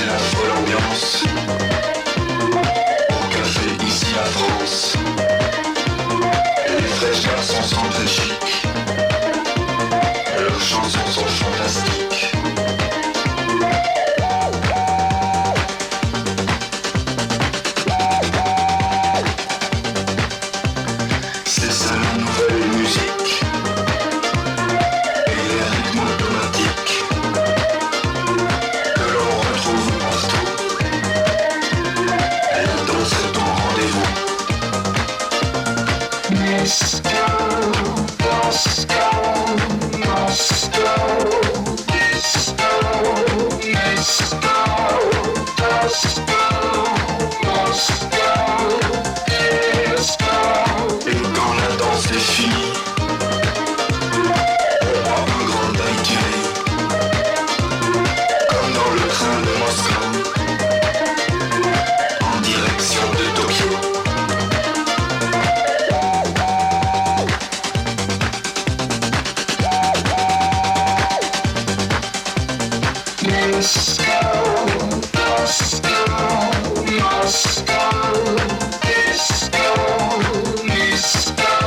c'est la folle ambiance. Au café ici à France. Les fraîches garçons sont très chics. Leurs chansons sont fantastiques. C'est ça la nouvelle musique. Et les rythmes automatiques que l'on retrouve partout. La danse est ton rendez-vous. Moscow, Moscow, Moscow, disco, Moscow, Moscow, disco. Et quand la danse est finie, on prend un grand daiquiri, comme dans le train de Moscou, en direction de Tokyo. Moscow, Moscow, Moscow, disco, Moscow,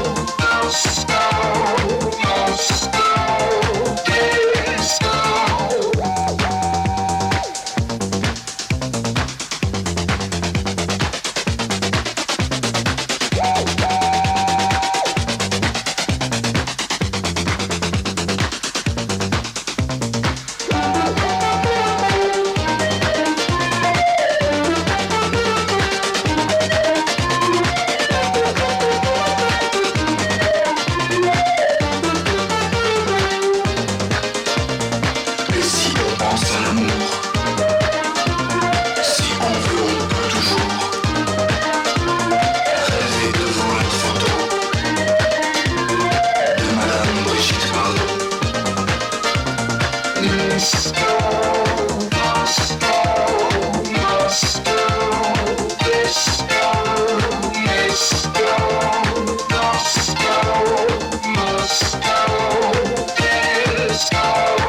disco. Et si on pense à l'amour, si on veut, on peut toujours rêver devant la photo de Madame Brigitte Bardot. Moscow, Moscow, Moscow, disco, Moscow, Moscow, disco.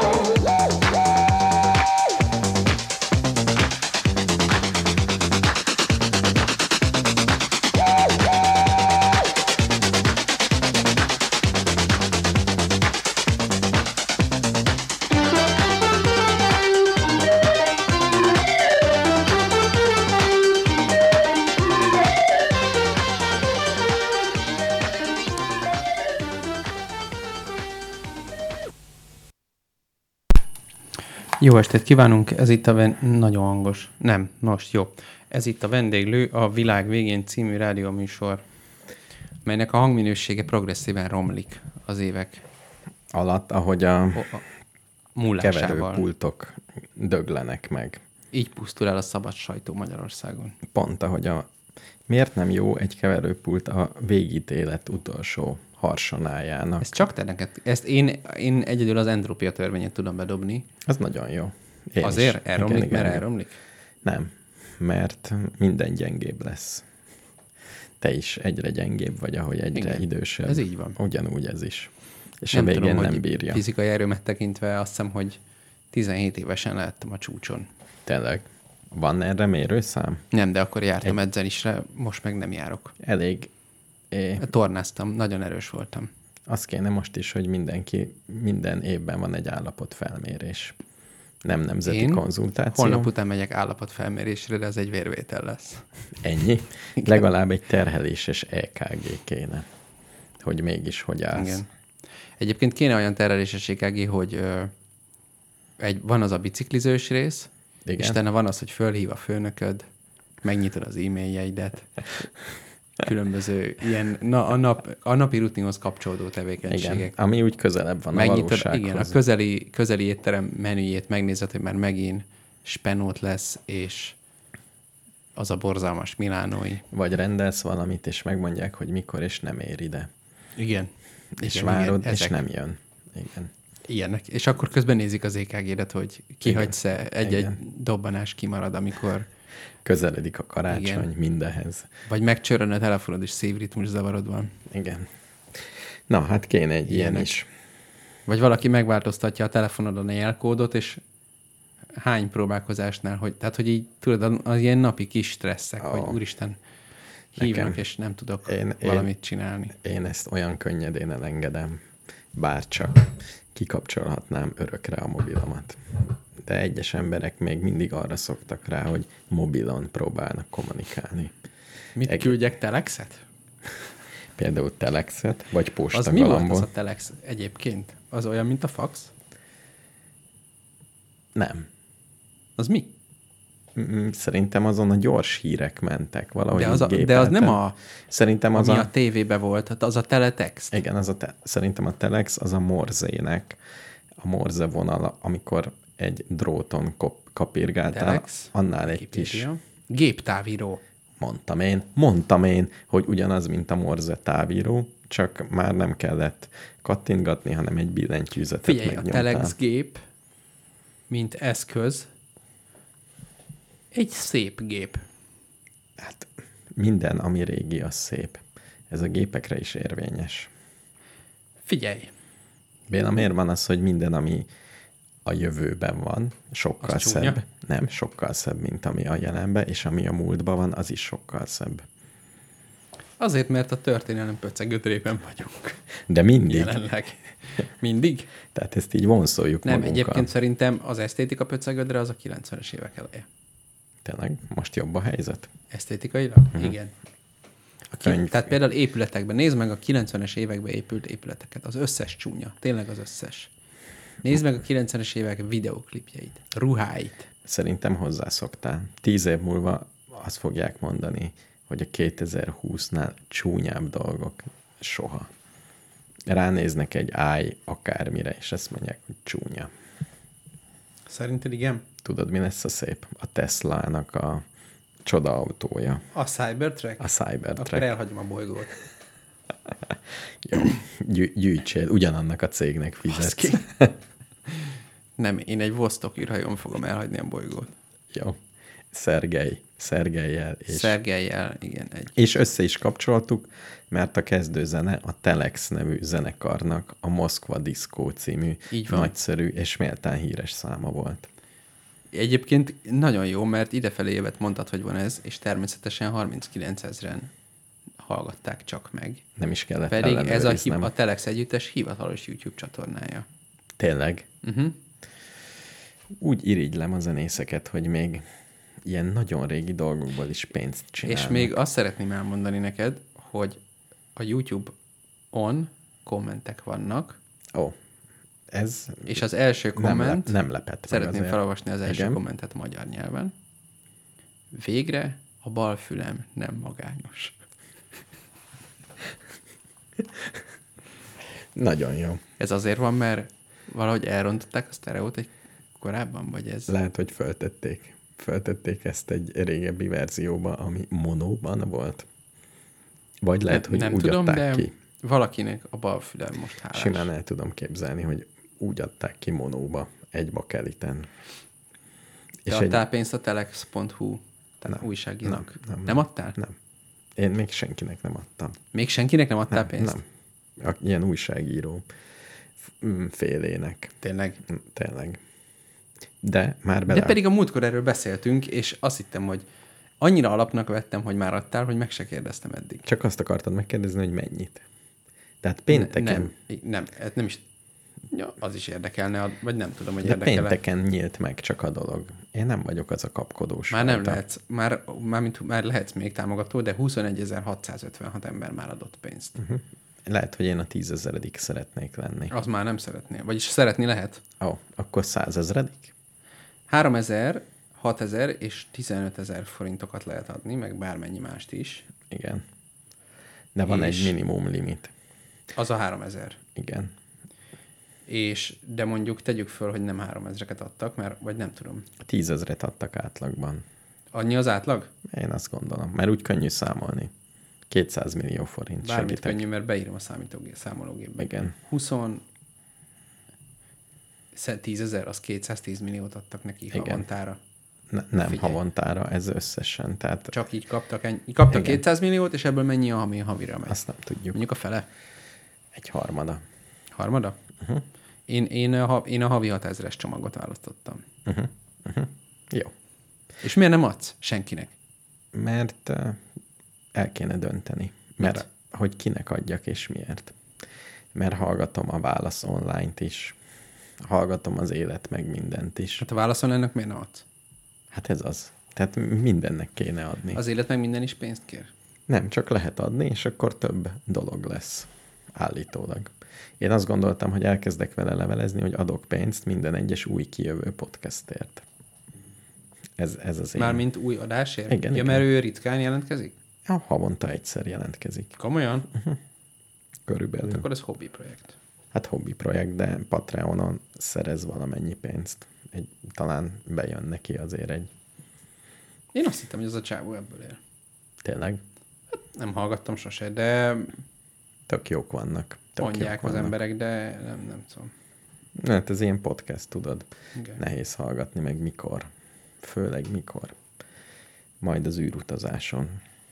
Jó estét kívánunk, ez itt nagyon hangos. Nem, most jó. Ez itt a Vendéglő, a Világ végén című rádióműsor, melynek a hangminősége progresszíven romlik az évek alatt, ahogy a múlásával. keverőpultok döglenek meg. Így pusztul el a szabad sajtó Magyarországon. Pont ahogy miért nem jó egy keverőpult a végítélet utolsó harsonájának? Ez csak te neked. Ezt én egyedül az entrópia törvényet tudom bedobni. Az nagyon jó. Én azért is. elromlik, Igen. elromlik? Nem, mert minden gyengébb lesz. Te is egyre gyengébb vagy, ahogy egyre idősebb. Ez így van. Ugyanúgy ez is. És Nem a végén tudom, nem hogy bírja. fizikai erőmet tekintve azt hiszem, hogy 17 évesen lehettem a csúcson. Tényleg. Van erre mérőszám? Nem, de akkor jártam edzésre, most meg nem járok. Elég. Tornáztam, nagyon erős voltam. Az kéne most is, hogy mindenki minden évben van egy állapotfelmérés. Nem nemzeti konzultáció. Holnap után megyek állapotfelmérésre, de ez egy vérvétel lesz. Ennyi? Legalább egy terheléses EKG kéne, hogy mégis hogy állsz. Igen. Egyébként kéne olyan terheléses EKG, hogy van az a biciklizős rész, igen. És utána van az, hogy fölhív a főnököd, megnyitod az e-mailjeidet, különböző ilyen a napi rutinhoz kapcsolódó tevékenységek. Igen, ami úgy közelebb van megnyitod, a valósághoz. Igen, a közeli étterem menüjét megnézed, hogy már megint spenót lesz, és az a borzalmas milánói. Vagy rendelsz valamit, és megmondják, hogy mikor, és nem ér ide. Igen. És igen, várod, igen, és nem jön. Igen. Ilyenek. És akkor közben nézik az EKG-et, hogy kihagysz-e egy dobbanás kimarad, amikor közeledik a karácsony, igen. Mindenhez. Vagy megcsörön a telefonod, és szívritmus zavarod van. Igen. Na, hát kéne egy ilyen is. Vagy valaki megváltoztatja a telefonodon a jelkódot, és hány próbálkozásnál, tehát hogy így tudod, az ilyen napi kis stresszek, hogy úristen, hívnak, és nem tudok valamit csinálni. Én ezt olyan könnyedén elengedem, bárcsak kikapcsolhatnám örökre a mobilomat. De egyes emberek még mindig arra szoktak rá, hogy mobilon próbálnak kommunikálni. Mit küldjek, telexet? Például telexet, vagy postagalambot. Az mi volt az galambot. a telex egyébként? Az olyan, mint a fax? Nem. Az mi? Szerintem azon a gyors hírek mentek valahogy. De az nem a... Szerintem az ami a tévébe volt, az a teletext. Igen, szerintem a telex az a morzének, a morze vonala, amikor egy dróton kapirgáltál, telex, annál egy kis... Géptávíró. Mondtam én, hogy ugyanaz, mint a morze távíró, csak már nem kellett kattintgatni, hanem egy billentyűzetet megnyomtál. Figyelj, a telex gép, mint eszköz, egy szép gép. Hát minden, ami régi, az szép. Ez a gépekre is érvényes. Figyelj! Béla, miért van az, hogy minden, ami a jövőben van, sokkal szebb? Nem, sokkal szebb, mint ami a jelenben, és ami a múltban van, az is sokkal szebb. Azért, mert a történelem pöccegödrében vagyunk. De mindig. Jelenleg. Mindig? Tehát ezt így vonszoljuk nem, magunkkal. Egyébként szerintem az esztétika pöccegödre az a 90-es évek eleje. Tényleg? Most jobb a helyzet? Esztétikailag? Igen. Tehát például épületekben, nézd meg a 90-es években épült épületeket. Az összes csúnya. Tényleg az összes. Nézd meg a 90-es évek videóklipjeit, ruháit. Szerintem hozzászoktál. 10 év múlva azt fogják mondani, hogy a 2020-nál csúnyább dolgok soha. Ránéznek egy akármire, és ezt mondják, hogy csúnya. Szerinted igen? Tudod, mi lesz a szép? A Teslának a csoda autója. A Cybertruck? A Cybertruck. Akkor elhagyom a bolygót. Jó, gyűjtsél, ugyanannak a cégnek fizetsz. Nem, én egy Vostok űrhajón fogom elhagyni a bolygót. Jó. Szergellyel. Szergellyel, igen. És össze is kapcsoltuk, mert a kezdőzene a Telex nevű zenekarnak a Moszkva Diszkó című nagyszerű és méltán híres száma volt. Egyébként nagyon jó, mert idefelé évet mondtad, hogy van ez, és természetesen 39 000-en hallgatták csak meg. Nem is kellett pedig ez a Telex együttes hivatalos YouTube csatornája. Tényleg? Úgy irigylem a zenészeket, hogy még ilyen nagyon régi dolgokból is pénzt csinálnak. És még azt szeretném elmondani neked, hogy a YouTube-on kommentek vannak. Ez és az első komment... Nem lepett. Szeretném felolvasni az első kommentet magyar nyelven. Végre a bal fülem nem magányos. Nagyon jó. Ez azért van, mert valahogy elrontották a sztereót egy korábban, vagy ez? Lehet, hogy föltették ezt egy régebbi verzióba, ami monóban volt. Vagy lehet, hogy nem úgy tudom, adták de ki. Valakinek a bal fülem most hálás. Simán el tudom képzelni, hogy úgy adták ki monóba, egy bakeliten. Te adtál pénzt a telex.hu újságírónak? Nem adtál? Nem. Én még senkinek nem adtam. Még senkinek nem adtál pénzt? Nem. Ilyen újságíró félének. Tényleg? Tényleg. De már bele... De pedig a múltkor erről beszéltünk, és azt hittem, hogy annyira alapnak vettem, hogy már adtál, hogy meg se kérdeztem eddig. Csak azt akartad megkérdezni, hogy mennyit. Tehát pénteken... Nem, nem is... Ja, az is érdekelne, vagy nem tudom, hogy érdekel. De pénteken nyílt meg csak a dolog. Én nem vagyok az a kapkodós. Már nem lehetsz, már lehetsz még támogató, de 21.656 ember már adott pénzt. Lehet, hogy én a 10 000 szeretnék lenni. Az már nem szeretnél. Vagyis szeretni lehet. Akkor 100 000? 3 000, 6 000 és 15 000 forintokat lehet adni, meg bármennyi mást is. Igen. De van egy minimum limit. Az a 3 000. Igen. De mondjuk tegyük föl, hogy nem 3 000-eket adtak, vagy nem tudom. 10 000-et adtak átlagban. Annyi az átlag? Én azt gondolom, mert úgy könnyű számolni. 200 millió forint. Bármit könnyű, mert beírom a számológépbe. Igen. 10 000, az 210 milliót adtak neki havontára. Nem figyelj. Havontára, ez összesen. Tehát... Csak így kaptak 200 milliót, és ebből mennyi ami havira megy? Azt nem tudjuk. Mondjuk a fele? Egy harmada. Harmada? Én a havi 6 000-es csomagot választottam. Jó. És miért nem adsz senkinek? Mert el kéne dönteni. Mert hogy kinek adjak és miért. Mert hallgatom a Válasz Online-t is. Hallgatom az Élet meg mindent is. Hát a válaszol ennek miért nem adsz? Hát ez az. Tehát mindennek kéne adni. Az Élet meg minden is pénzt kér. Nem, csak lehet adni, és akkor több dolog lesz. Állítólag. Én azt gondoltam, hogy elkezdek vele levelezni, hogy adok pénzt minden egyes új kijövő podcastért. Ez az én. Mármint új adásért? Igen, ja, igen. mert ő ritkán jelentkezik? Ja, havonta egyszer jelentkezik. Komolyan? Körülbelül. Akkor ez hobbi projekt. Hát hobbi projekt, de Patreonon szerez valamennyi pénzt. Talán bejön neki azért egy. Én azt hittem, hogy az a csávó ebből él. Tényleg? Nem hallgattam sose, de Tök jók vannak. mondják az emberek, de nem tudom. Hát ez ilyen podcast, tudod. Igen. Nehéz hallgatni, meg mikor. Főleg mikor. Majd az űrutazáson.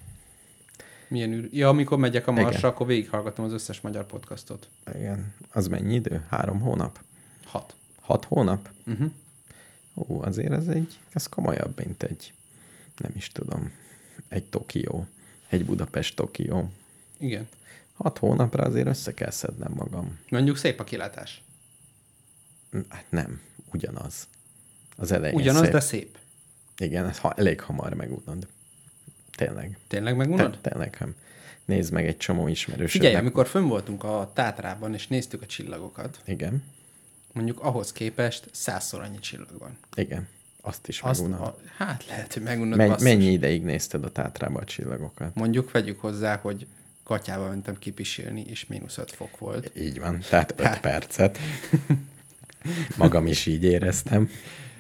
Milyen Ja, amikor megyek a Marsra, Igen. akkor végighallgatom az összes magyar podcastot. Igen. Az mennyi idő? 3 hónap? 6. 6 hónap? Uh-huh. Ó, azért ez komolyabb, mint egy, nem is tudom, egy Tokió. Egy Budapest-Tokió. Igen. 6 hónapra azért össze kell szednem magam. Mondjuk szép a kilátás. Hát nem, ugyanaz. Az elején Ugyanaz, szép. de szép. Igen, ez elég hamar megunod. Tényleg. Tényleg megunod? Tényleg, nem. Nézd meg egy csomó ismerősödnek. Figyelj, amikor fönn voltunk a Tátrában, és néztük a csillagokat, Igen, mondjuk ahhoz képest 100-szor annyi csillag van. igen. Azt is Azt, megunod. hát lehet, hogy megunod, basszus. Mennyi ideig nézted a Tátrába a csillagokat? Mondjuk vegyük hozzá, hogy Katyával mentem kipisilni, és -5 fok volt. Így van, tehát 5 percet. Magam is így éreztem.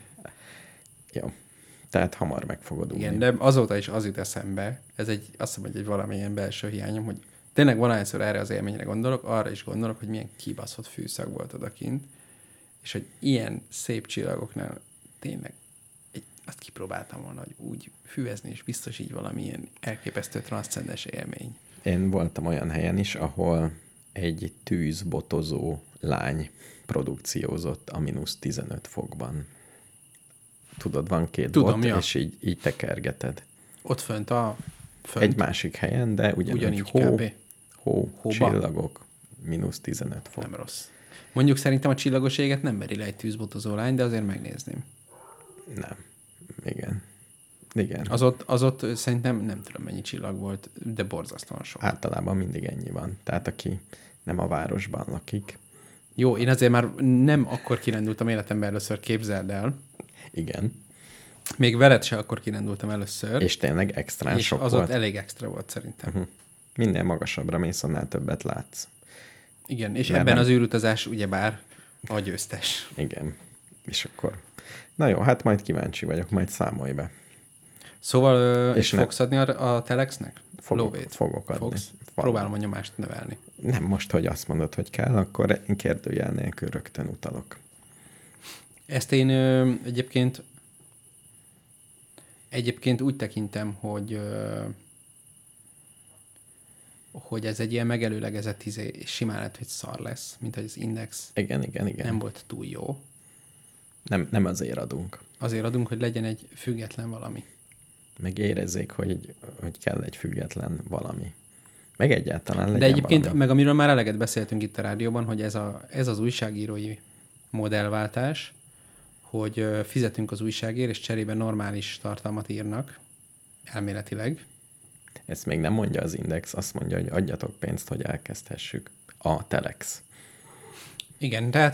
Jó. Tehát hamar meg fogod újni. Igen, de azóta is az jut eszembe, ez egy, azt hiszem, hogy egy valamilyen belső hiányom, hogy tényleg valahányszor erre az élményre gondolok, arra is gondolok, hogy milyen kibaszott fűszak volt odakint, és hogy ilyen szép csillagoknál tényleg azt kipróbáltam volna, hogy úgy füvezni, és biztos így valamilyen elképesztő transzcendens élmény. Én voltam olyan helyen is, ahol egy tűzbotozó lány produkciózott a -15 fokban. Tudod, van 2 Tudom, bot, ja. és így tekergeted. Ott fönt Egy másik helyen, de ugyanígy kb. hó, csillagok, -15 fok. Nem rossz. Mondjuk szerintem a csillagos éget nem veri le egy tűzbotozó lány, de azért megnézném. Nem. Igen. Igen. Az ott szerintem nem tudom mennyi csillag volt, de borzasztóan sok. Általában mindig ennyi van. Tehát aki nem a városban lakik. Jó, én azért már nem akkor kirendultam életemben először, képzeld el. Igen. Még veled se akkor kirendultam először. És tényleg extrán és sok az volt. ott elég extra volt szerintem. Minél magasabbra mész, annál többet látsz. Igen, és Mert ebben nem- az űrutazás ugyebár a győztes. Igen. És akkor... Na jó, hát majd kíváncsi vagyok, majd számolj be. Szóval És és ne- fogsz adni a Telexnek? Fogok adni. Fogsz? Van. Próbálom a nyomást növelni. Nem most, hogy azt mondod, hogy kell, akkor én kérdőjel nélkül rögtön utalok. Ezt én egyébként úgy tekintem, hogy ez egy ilyen megelőlegezett és simán lehet, hogy szar lesz, mint hogy az Index Igen. nem volt túl jó. Nem azért adunk. Azért adunk, hogy legyen egy független valami. Meg érezzék, hogy kell egy független valami. Meg egyáltalán legyen De egyébként, valami. meg amiről már eleget beszéltünk itt a rádióban, hogy ez az újságírói modellváltás, hogy fizetünk az újságért, és cserébe normális tartalmat írnak, elméletileg. Ezt még nem mondja az Index, azt mondja, hogy adjatok pénzt, hogy elkezdhessük. A Telex. Igen, tehát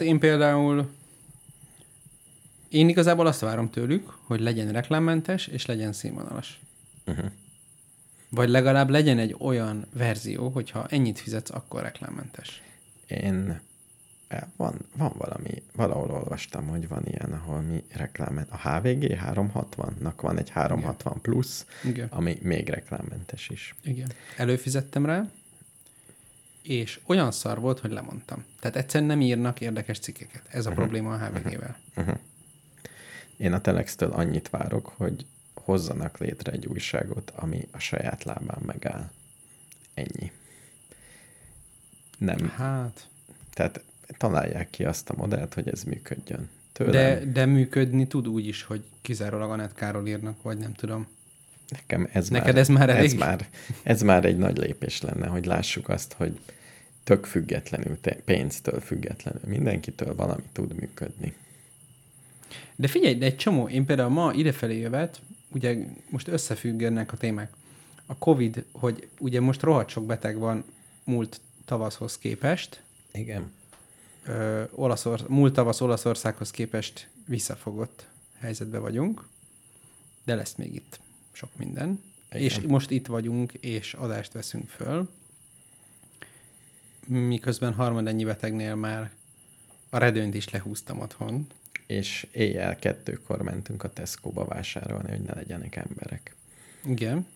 én igazából azt várom tőlük, hogy legyen reklámmentes, és legyen színvonalas. Uh-huh. Vagy legalább legyen egy olyan verzió, hogyha ennyit fizetsz, akkor reklámmentes. Van valami, valahol olvastam, hogy van ilyen, ahol mi reklámet. A HVG 360-nak van egy 360 plusz, Igen. ami még reklámmentes is. Igen. Előfizettem rá, és olyan szar volt, hogy lemondtam. Tehát egyszerűen nem írnak érdekes cikkeket. Ez a probléma a HVG-vel. Én a Telextől annyit várok, hogy hozzanak létre egy újságot, ami a saját lábán megáll. Ennyi. Nem. Hát, Tehát találják ki azt a modellt, hogy ez működjön. tőlem. De működni tud úgy is, hogy kizárólag Anett Károly írnak, vagy nem tudom. Nekem Neked ez már elég? Ez már egy nagy lépés lenne, hogy lássuk azt, hogy tök függetlenül, pénztől függetlenül, mindenkitől valami tud működni. De figyelj, de egy csomó, én például ma idefelé jövet, ugye most összefüggenek a témák. A Covid, hogy ugye most rohadt sok beteg van múlt tavaszhoz képest. Igen. Múlt tavasz Olaszországhoz képest visszafogott helyzetben vagyunk, de lesz még itt sok minden. Igen. És most itt vagyunk, és adást veszünk föl, miközben harmadennyi betegnél már a redőnyt is lehúztam otthon. És éjjel 2-kor mentünk a Tesco-ba vásárolni, hogy ne legyenek emberek. Igen.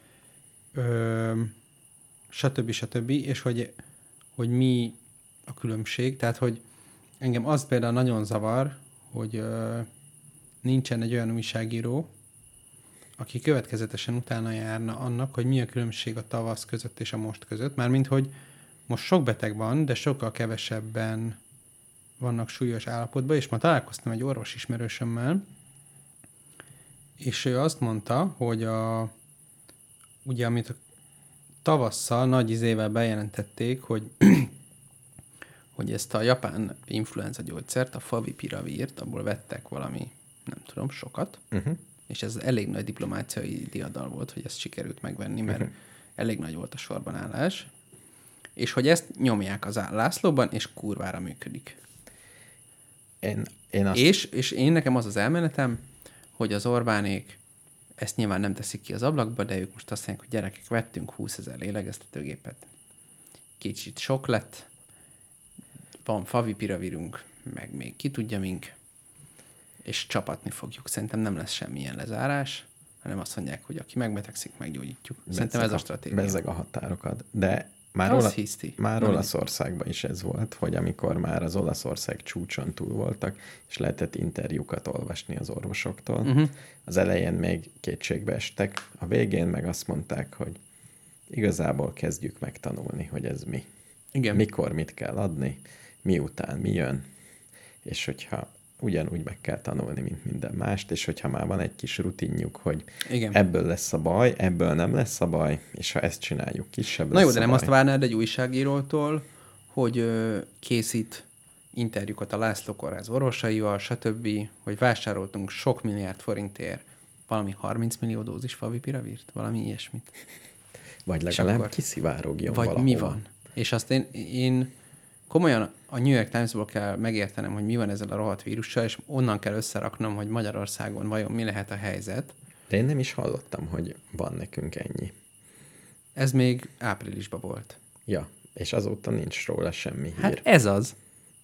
Stb. És hogy mi a különbség. Tehát, hogy engem az például nagyon zavar, hogy nincsen egy olyan újságíró, aki következetesen utána járna annak, hogy mi a különbség a tavasz között és a most között. Mármint, hogy most sok beteg van, de sokkal kevesebben vannak súlyos állapotban, és ma találkoztam egy orvos ismerősömmel, és ő azt mondta, hogy ugye amit a tavasszal nagy izével bejelentették, hogy hogy ezt a japán influenza gyógyszert, a Favipiravírt, abból vettek valami, nem tudom, sokat, és ez elég nagy diplomáciai diadal volt, hogy ezt sikerült megvenni, mert elég nagy volt a sorban állás, és hogy ezt nyomják az Lászlóban, és kurvára működik. Én azt... És én nekem az elméletem, hogy az Orbánék ezt nyilván nem teszik ki az ablakba, de ők most azt mondják, hogy gyerekek, vettünk 20 000 lélegeztetőgépet. Kicsit sok lett, van Favipiravírunk, meg még ki tudja mink, és csapatni fogjuk. Szerintem nem lesz semmilyen lezárás, hanem azt mondják, hogy aki megbetegszik, meggyógyítjuk. Szerintem ez a stratégia. Bezzeg a határokat. De már Olaszországban is ez volt, hogy amikor már az Olaszország csúcson túl voltak, és lehetett interjúkat olvasni az orvosoktól, az elején még kétségbe estek, a végén meg azt mondták, hogy igazából kezdjük meg tanulni, hogy ez mi. Igen. Mikor mit kell adni, miután mi jön, és hogyha ugyanúgy meg kell tanulni, mint minden mást, és hogyha már van egy kis rutinjuk, hogy igen, ebből lesz a baj, ebből nem lesz a baj, és ha ezt csináljuk, kisebb lesz. Na jó, de nem azt várnád egy újságírótól, hogy készít interjúkat a László Kórház orvosaival, stb., hogy vásároltunk sok milliárd forintért valami 30 millió dózis Favipiravírt, valami ilyesmit. Vagy legalább kiszivárogjon vagy valahol. Mi van. És azt én komolyan a New York Times-ból kell megértenem, hogy mi van ezzel a rohadt vírussal, és onnan kell összeraknom, hogy Magyarországon vajon mi lehet a helyzet. De én nem is hallottam, hogy van nekünk ennyi. Ez még áprilisban volt. Ja, és azóta nincs róla semmi hír. Hát ez az.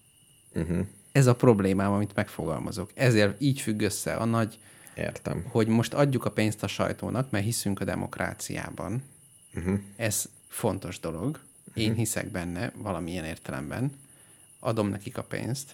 Ez a problémám, amit megfogalmazok. Ezért így függ össze a nagy... Értem. Hogy most adjuk a pénzt a sajtónak, mert hiszünk a demokráciában. Ez fontos dolog. Én hiszek benne valamilyen értelemben. Adom nekik a pénzt.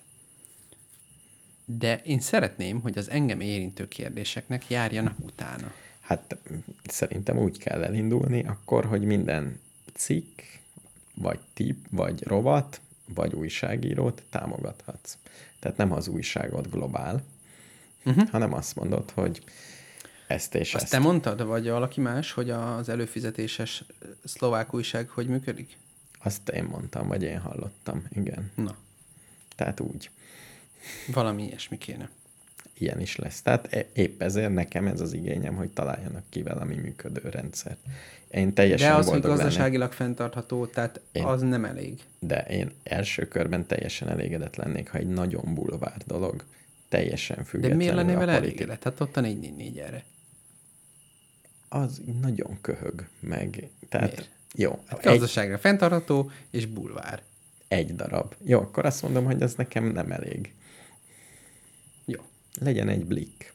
De én szeretném, hogy az engem érintő kérdéseknek járjanak utána. Hát szerintem úgy kell elindulni akkor, hogy minden cikk, vagy tip, vagy rovat, vagy újságírót támogathatsz. Tehát nem az újságot globál, hanem azt mondod, hogy ezt és azt ezt. Te mondtad, vagy valaki más, hogy az előfizetéses szlovák újság hogy működik? Azt én mondtam, vagy én hallottam, igen. Na. Tehát úgy. Valami ilyesmi kéne. Ilyen is lesz. Tehát épp ezért nekem ez az igényem, hogy találjanak ki valami működő rendszert. Én teljesen de az, boldog hogy gazdaságilag fenntartható, tehát az nem elég. De én első körben teljesen elégedett lennék, ha egy nagyon bulvár dolog, teljesen függetlenül. De miért lennél vele elégedett? Hát ott a 444 erre. Az nagyon köhög meg. Tehát, miért? Jó. Hát gazdaságra fenntartható és bulvár. Egy darab. Jó, akkor azt mondom, hogy ez nekem nem elég. Jó. Legyen egy blik.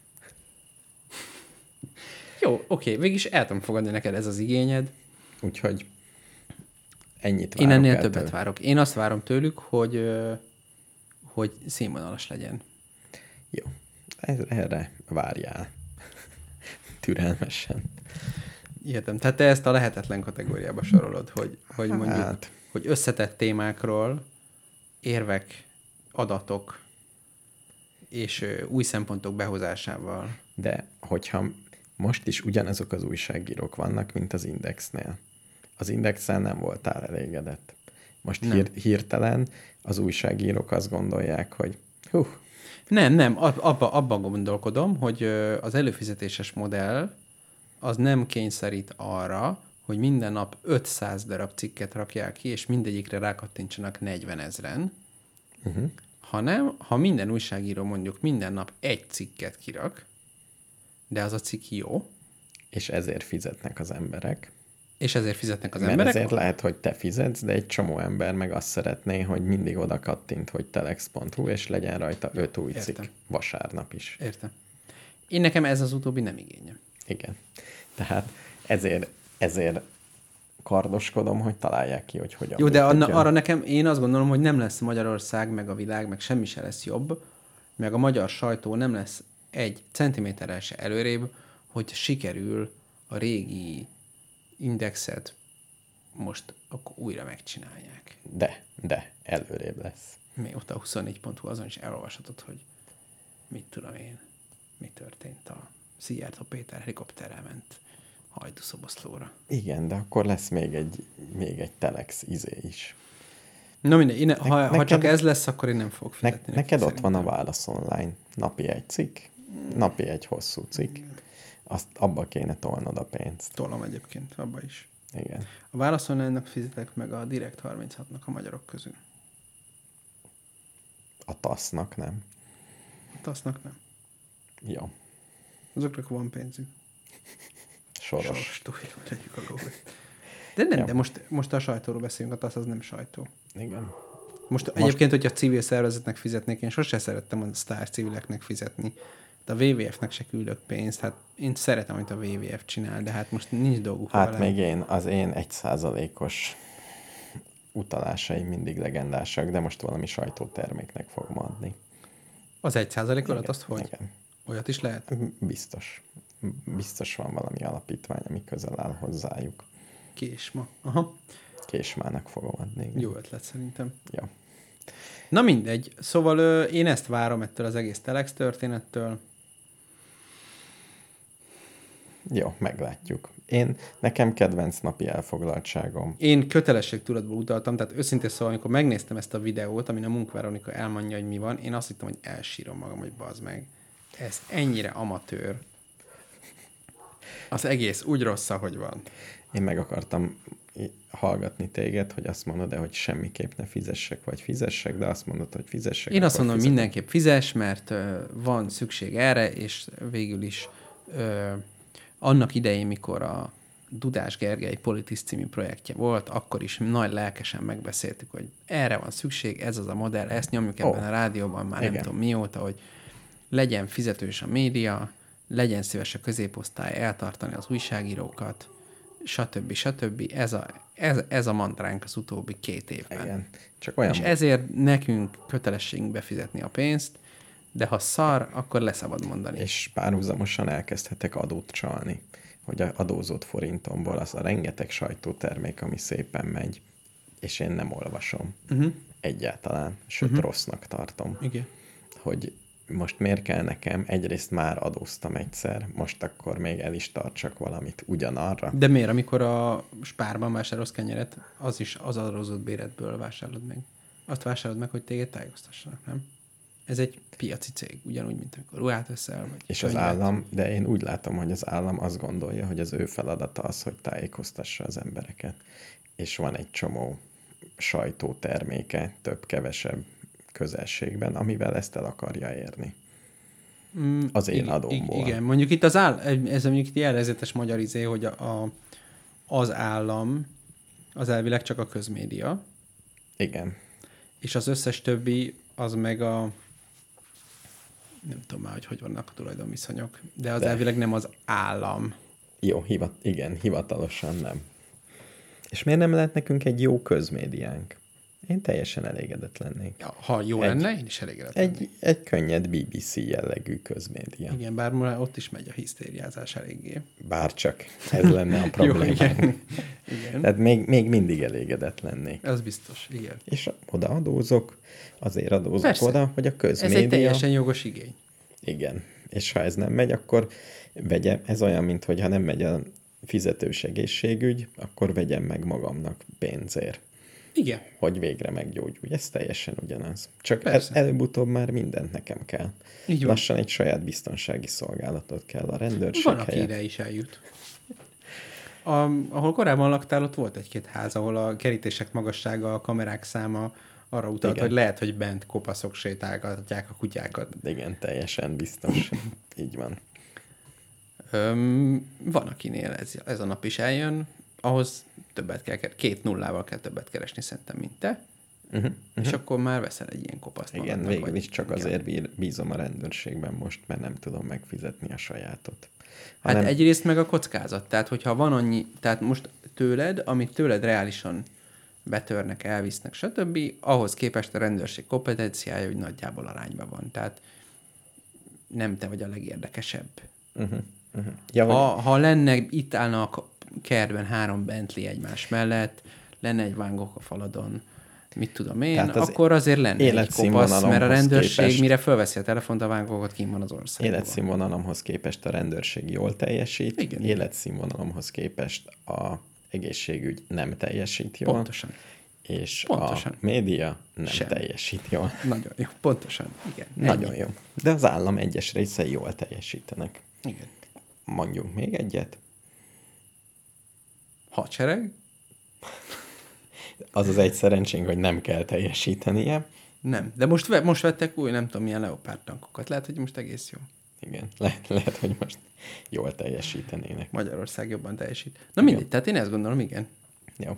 Jó, oké, végülis el tudom fogadni neked ez az igényed. Úgyhogy ennyit várok. Én ennél többet várok. Én azt várom tőlük, hogy színvonalas legyen. Jó. Erre várjál. Türelmesen. Értem. Tehát te ezt a lehetetlen kategóriába sorolod, hogy mondjuk, hogy összetett témákról érvek, adatok és új szempontok behozásával. De hogyha most is ugyanazok az újságírók vannak, mint az Indexnél. Az Indexel nem voltál elégedett. Most hirtelen az újságírók azt gondolják, hogy Nem, abban gondolkodom, hogy az előfizetéses modell az nem kényszerít arra, hogy minden nap 500 darab cikket rakják ki, és mindegyikre rákattintsanak 40 000-en, hanem ha minden újságíró mondjuk minden nap egy cikket kirak, de az a cikk jó, és ezért fizetnek az emberek. és ezért fizetnek az Mert emberek. ezért lehet, hogy te fizetsz, de egy csomó ember meg azt szeretné, hogy mindig oda kattint, hogy telex.hu, és legyen rajta 5 új cikk vasárnap is. Értem. Én nekem ez az utóbbi nem igényem. Igen. Tehát ezért kardoskodom, hogy találják ki, hogy hogyan. Jó, de arra nekem, én azt gondolom, hogy nem lesz Magyarország, meg a világ, meg semmi se lesz jobb, meg a magyar sajtó nem lesz egy centiméterrel se előrébb, hogy sikerül a régi Indexet most akkor újra megcsinálják. De előrébb lesz. Mi ott a 24.hu azon is elolvashatod, hogy mit tudom én, mi történt a Szijjártó Péter helikopterrel ment Hajdúszoboszlóra. Igen, de akkor lesz még egy telex is. Na mindegy, ha csak ez lesz, akkor én nem fogok fizetni. Neked ott van a Válasz Online. Napi egy cikk, napi egy hosszú cikk. Azt abba kéne tolnod a pénzt. Tolom egyébként, abba is. Igen. A Válasz Online-nak fizetek meg a Direkt 36-nak a magyarok közül. A TASZ-nak nem. A TASZ-nak nem. Jó. Azoknak van pénzük. Soros. Legyük a lóvét. De nem, de most a sajtóról beszélünk, a TASZ az nem sajtó. Igen. Most egyébként, hogyha civil szervezetnek fizetnék, én sosem szerettem a sztár civileknek fizetni. De a WWF-nek se küldök pénzt, hát én szeretem, amit a WWF csinál, de hát most nincs dolguk Hát velem. még az én 1%-os utalásaim mindig legendásak, de most valami sajtóterméknek fogom adni. Az 1% alatt azt hogy? Igen. Olyat is lehet? Biztos van valami alapítvány, ami közel áll hozzájuk. Késma. Aha. Késmának fogom adni. Igen. Jó ötlet szerintem. Jó. Na mindegy. Szóval én ezt várom ettől az egész Telex történettől. Jó, meglátjuk. Nekem kedvenc napi elfoglaltságom. Én kötelességtudatból utaltam, tehát őszintén szóval, amikor megnéztem ezt a videót, amin a Munkveronika elmondja, hogy mi van, én azt hittem, hogy elsírom magam, hogy bazd meg. Ez ennyire amatőr. Az egész úgy rossz, ahogy van. Én meg akartam hallgatni téged, hogy azt mondod, de hogy semmiképp ne fizessek, vagy fizessek, de azt mondod, hogy fizessek. Én azt mondom, hogy mindenképp fizes, mert van szükség erre, és végül is annak idején, mikor a Dudás Gergely Politis című projektje volt, akkor is nagy lelkesen megbeszéltük, hogy erre van szükség, ez az a modell, ezt nyomjuk ebben a rádióban már nem tudom mióta, hogy legyen fizetős a média, legyen szíves a középosztály eltartani az újságírókat, stb. Ez a mantránk az utóbbi 2 évben. Igen. Csak olyan és ezért nekünk kötelességünk befizetni a pénzt, de ha szar, akkor leszabad mondani. És párhuzamosan elkezdhetek adót csalni, hogy a adózott forintomból az a rengeteg sajtótermék, ami szépen megy, és én nem olvasom egyáltalán, sőt rossznak tartom. Igen. Hogy most miért kell nekem, egyrészt már adóztam egyszer, most akkor még el is tartsak valamit ugyanarra. De miért, amikor a Spárban vásárolsz kenyeret, az is az adózott béredből vásárolod meg. Azt vásárolod meg, hogy téged tájékoztassanak, nem? Ez egy piaci cég, ugyanúgy, mint amikor ruhát veszel, vagy és könyvet. az állam, de én úgy látom, hogy az állam azt gondolja, hogy az ő feladata az, hogy tájékoztassa az embereket. És van egy csomó sajtóterméke, több-kevesebb közelségben, amivel ezt el akarja érni. Az én adómból. Igen, mondjuk itt ez mondjuk itt jellegzetes magyar izé, hogy az állam az elvileg csak a közmédia. Igen. És az összes többi az meg nem tudom már, hogy vannak a tulajdonviszonyok, de az elvileg nem az állam. Jó, igen, hivatalosan nem. És miért nem lehet nekünk egy jó közmédiánk? Én teljesen elégedett lennék. Ja, ha jó lenne, én is elégedett lennék. Egy könnyed BBC jellegű közmédia. Igen, bár már ott is megy a hisztériázás eléggé. Bárcsak ez lenne a probléma. Jó, igen. Tehát még mindig elégedett lennék. Ez biztos, igen. És oda adózok, azért adózok Persze. oda, hogy a közmédia... Ez egy teljesen jogos igény. Igen. És ha ez nem megy, akkor vegyem, ez olyan, mintha nem megy a fizetős egészségügy, akkor vegyem meg magamnak pénzért, Igen. hogy végre meggyógyulj. Ez teljesen ugyanaz. Csak Persze. előbb-utóbb már mindent nekem kell. Így van. Lassan egy saját biztonsági szolgálatot kell a rendőrség Van, aki helyett. ide is eljut. Ahol korábban laktál, ott volt egy-két ház, ahol a kerítések magassága, a kamerák száma arra utalt, Igen. hogy lehet, hogy bent kopaszok sétálgatják a kutyákat. Igen, teljesen biztos. Így van. Van, akinél ez a nap is eljön, ahhoz többet kell, 2 nullával kell többet keresni szerintem, mint te, és akkor már veszel egy ilyen kopaszt Igen, magadnak, végül vagy- is csak igen. azért bízom a rendőrségben most, mert nem tudom megfizetni a sajátot. Hát Hanem- egyrészt meg a kockázat. Tehát, hogyha van annyi, tehát most tőled, amit tőled reálisan betörnek, elvisznek, stb., ahhoz képest a rendőrség kompetenciája, hogy nagyjából arányban van. Tehát nem te vagy a legérdekesebb. Ja, Ha lenne, itt állna a kertben 3 Bentley egymás mellett, lenne egy Van Gogh a faladon, mit tudom én, Tehát az akkor azért lenne egy kopasz, életszínvonalomhoz mert a rendőrség, képest- mire fölveszi a telefont, a Van Goghot kint van az országban. életszínvonalomhoz képest a rendőrség jól teljesít, Igen. életszínvonalomhoz képest a egészségügy nem teljesít jól, Pontosan. és Pontosan. a média nem Sem. teljesít jól. Nagyon jó. Pontosan. Igen. Nagyon Ennyi. jó. De az állam egyes részei jól teljesítenek. Igen. Mondjunk még egyet. Hadsereg? Az az egy szerencsénk, hogy nem kell teljesítenie. Nem. De most vettek új, nem tudom, milyen Leopard tankokat. Lehet, hogy most egész jó. Igen, lehet, hogy most jól teljesítenének. Magyarország jobban teljesít. Na mindegy, tehát én ezt gondolom, igen. Jó.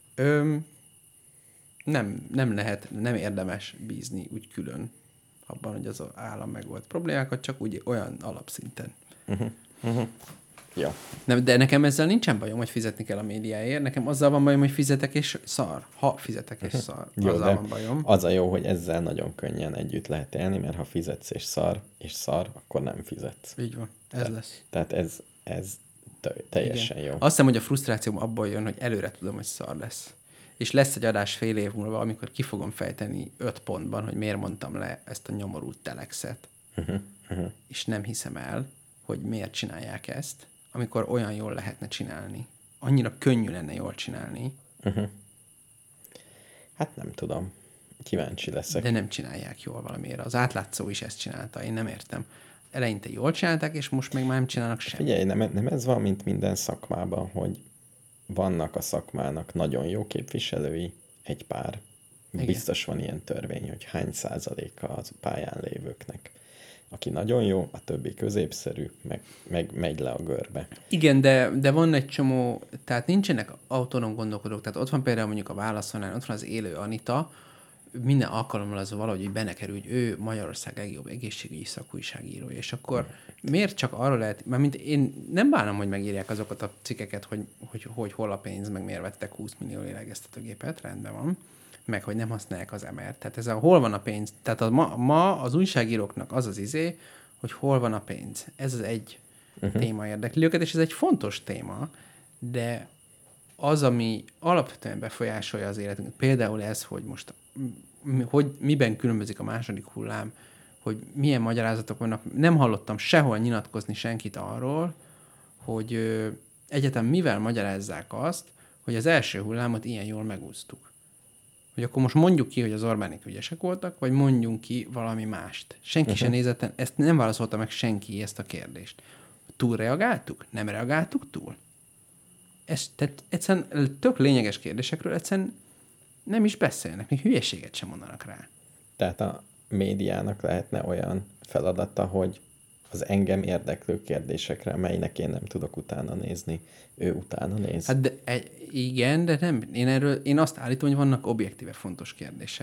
Nem lehet, nem érdemes bízni úgy külön abban, hogy az állam megold problémákat, csak úgy olyan alapszinten. Jó. Nem, de nekem ezzel nincsen bajom, hogy fizetni kell a médiáért. Nekem azzal van bajom, hogy fizetek és szar. Ha fizetek és szar, Jó, azzal de van bajom. az a jó, hogy ezzel nagyon könnyen együtt lehet élni, mert ha fizetsz és szar, akkor nem fizetsz. Így van, ez lesz. Tehát ez teljesen Igen. jó. Azt hiszem, hogy a frusztrációm abból jön, hogy előre tudom, hogy szar lesz. És lesz egy adás fél év múlva, amikor ki fogom fejteni 5 pontban, hogy miért mondtam le ezt a nyomorult telexet. És nem hiszem el, hogy miért csinálják ezt, amikor olyan jól lehetne csinálni. Annyira könnyű lenne jól csinálni, Hát nem tudom. Kíváncsi leszek. de nem csinálják jól valamiért. Az átlátszó is ezt csinálta, én nem értem. Eleinte jól csinálták, és most meg már nem csinálnak semmit. Figyelj, nem ez van, mint minden szakmában, hogy vannak a szakmának nagyon jó képviselői, egy pár. Igen. Biztos van ilyen törvény, hogy hány százaléka az pályán lévőknek. Aki nagyon jó, a többi középszerű, meg megy le a görbe. Igen, de van egy csomó, tehát nincsenek autonóm gondolkodók, tehát ott van például mondjuk a Válaszolnál, ott van az élő Anita, minden alkalommal az valahogy így benekerül, hogy ő Magyarország legjobb egészségügyi szakújságírója, és akkor miért csak arról lehet, mert én nem bánom, hogy megírják azokat a cikkeket, hogy hol a pénz, meg miért vettek 20 millió lélegeztetőgépet, rendben van, meg hogy nem használják az MR-t. Tehát ez a hol van a pénz, tehát ma az újságíróknak az az izé, hogy hol van a pénz. Ez az egy téma érdekli őket, és ez egy fontos téma, de az, ami alapvetően befolyásolja az életünket, például ez, hogy most hogy miben különbözik a második hullám, hogy milyen magyarázatok vannak. Nem hallottam sehol nyilatkozni senkit arról, hogy egyetem mivel magyarázzák azt, hogy az első hullámot ilyen jól megúsztuk. Hogy akkor most mondjuk ki, hogy az Orbánik ügyesek voltak, vagy mondjunk ki valami mást. Senki sem nézett, ezt nem válaszolta meg senki ezt a kérdést. Túlreagáltuk? Nem reagáltuk túl? Tehát egyszerűen tök lényeges kérdésekről egyszerűen nem is beszélnek, még hülyeséget sem mondanak rá. Tehát a médiának lehetne olyan feladata, hogy az engem érdeklő kérdésekre, melynek én nem tudok utána nézni, ő utána néz. Hát igen, de nem. Én azt állítom, hogy vannak objektíve fontos kérdések.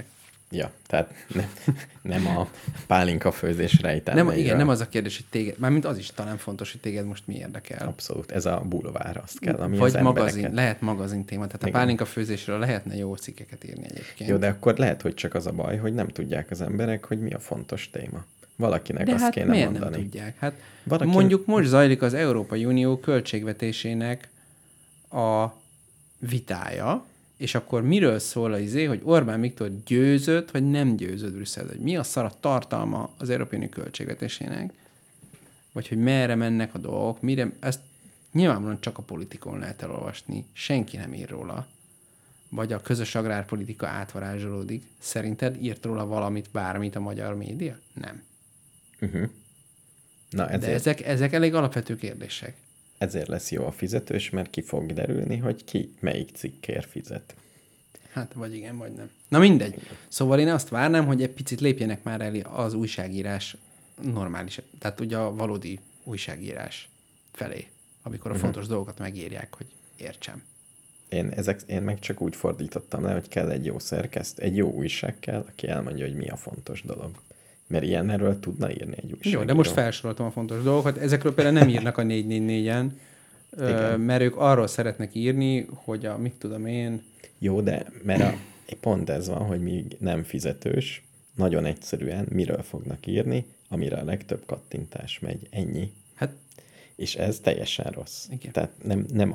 Ja, tehát nem a pálinka főzés rejtelmeiről. Igen, nem az a kérdés, hogy téged, mármint az is talán fontos, hogy téged most mi érdekel. Abszolút, ez a bulvár, azt kell, ami Vagy az magazin, lehet magazin téma, tehát igen. a pálinka főzésről lehetne jó cikkeket írni egyébként. Jó, de akkor lehet, hogy csak az a baj, hogy nem tudják az emberek, hogy mi a fontos téma. Valakinek de azt hát kéne miért mondani. nem tudják? Hát Valaki... mondjuk most zajlik az Európai Unió költségvetésének a vitája, és akkor miről szól hogy Orbán Viktor győzött, vagy nem győzött Brüsszel? Hogy mi a szar a tartalma az Európai Unió költségvetésének, vagy hogy merre mennek a dolgok, mire, ezt nyilvánvalóan csak a Politikon lehet elolvasni, senki nem ír róla, vagy a közös agrárpolitika átvarázsolódik. Szerinted írt róla valamit, bármit a magyar média? Nem. Uh-huh. Na, ezért... De ezek elég alapvető kérdések. Ezért lesz jó a fizetős, mert ki fog derülni, hogy ki melyik cikkért fizet. Hát, vagy igen, vagy nem. Na mindegy. Szóval én azt várnám, hogy egy picit lépjenek már el az újságírás normális, tehát ugye a valódi újságírás felé, amikor a fontos dolgokat megírják, hogy értsem. Én meg csak úgy fordítottam le, hogy kell egy jó szerkesztő, egy jó újság kell, aki elmondja, hogy mi a fontos dolog. Mert ilyenről tudna írni egy újságíró. Jó, de most felsoroltam a fontos dolgokat. Ezekről például nem írnak a 444-en, mert ők arról szeretnek írni, hogy mit tudom én... Jó, de mert pont ez van, hogy még nem fizetős, nagyon egyszerűen miről fognak írni, amire a legtöbb kattintás megy. Ennyi. Hát, és ez teljesen rossz. Igen. Tehát nem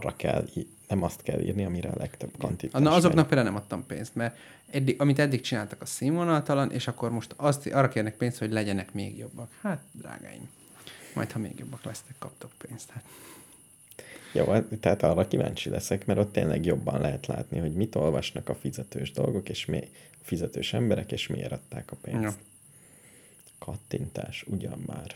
azt kell írni, amire a legtöbb kattintás na, azoknak megy. például nem adtam pénzt, mert amit eddig csináltak, a színvonaltalan, és akkor most arra kérnek pénzt, hogy legyenek még jobbak. Hát, drágáim, majd ha még jobbak lesznek, kaptok pénzt. Hát. Jó, tehát arra kíváncsi leszek, mert ott tényleg jobban lehet látni, hogy mit olvasnak a fizetős dolgok, és a fizetős emberek, és miért adták a pénzt. Ja. Kattintás, ugyan már.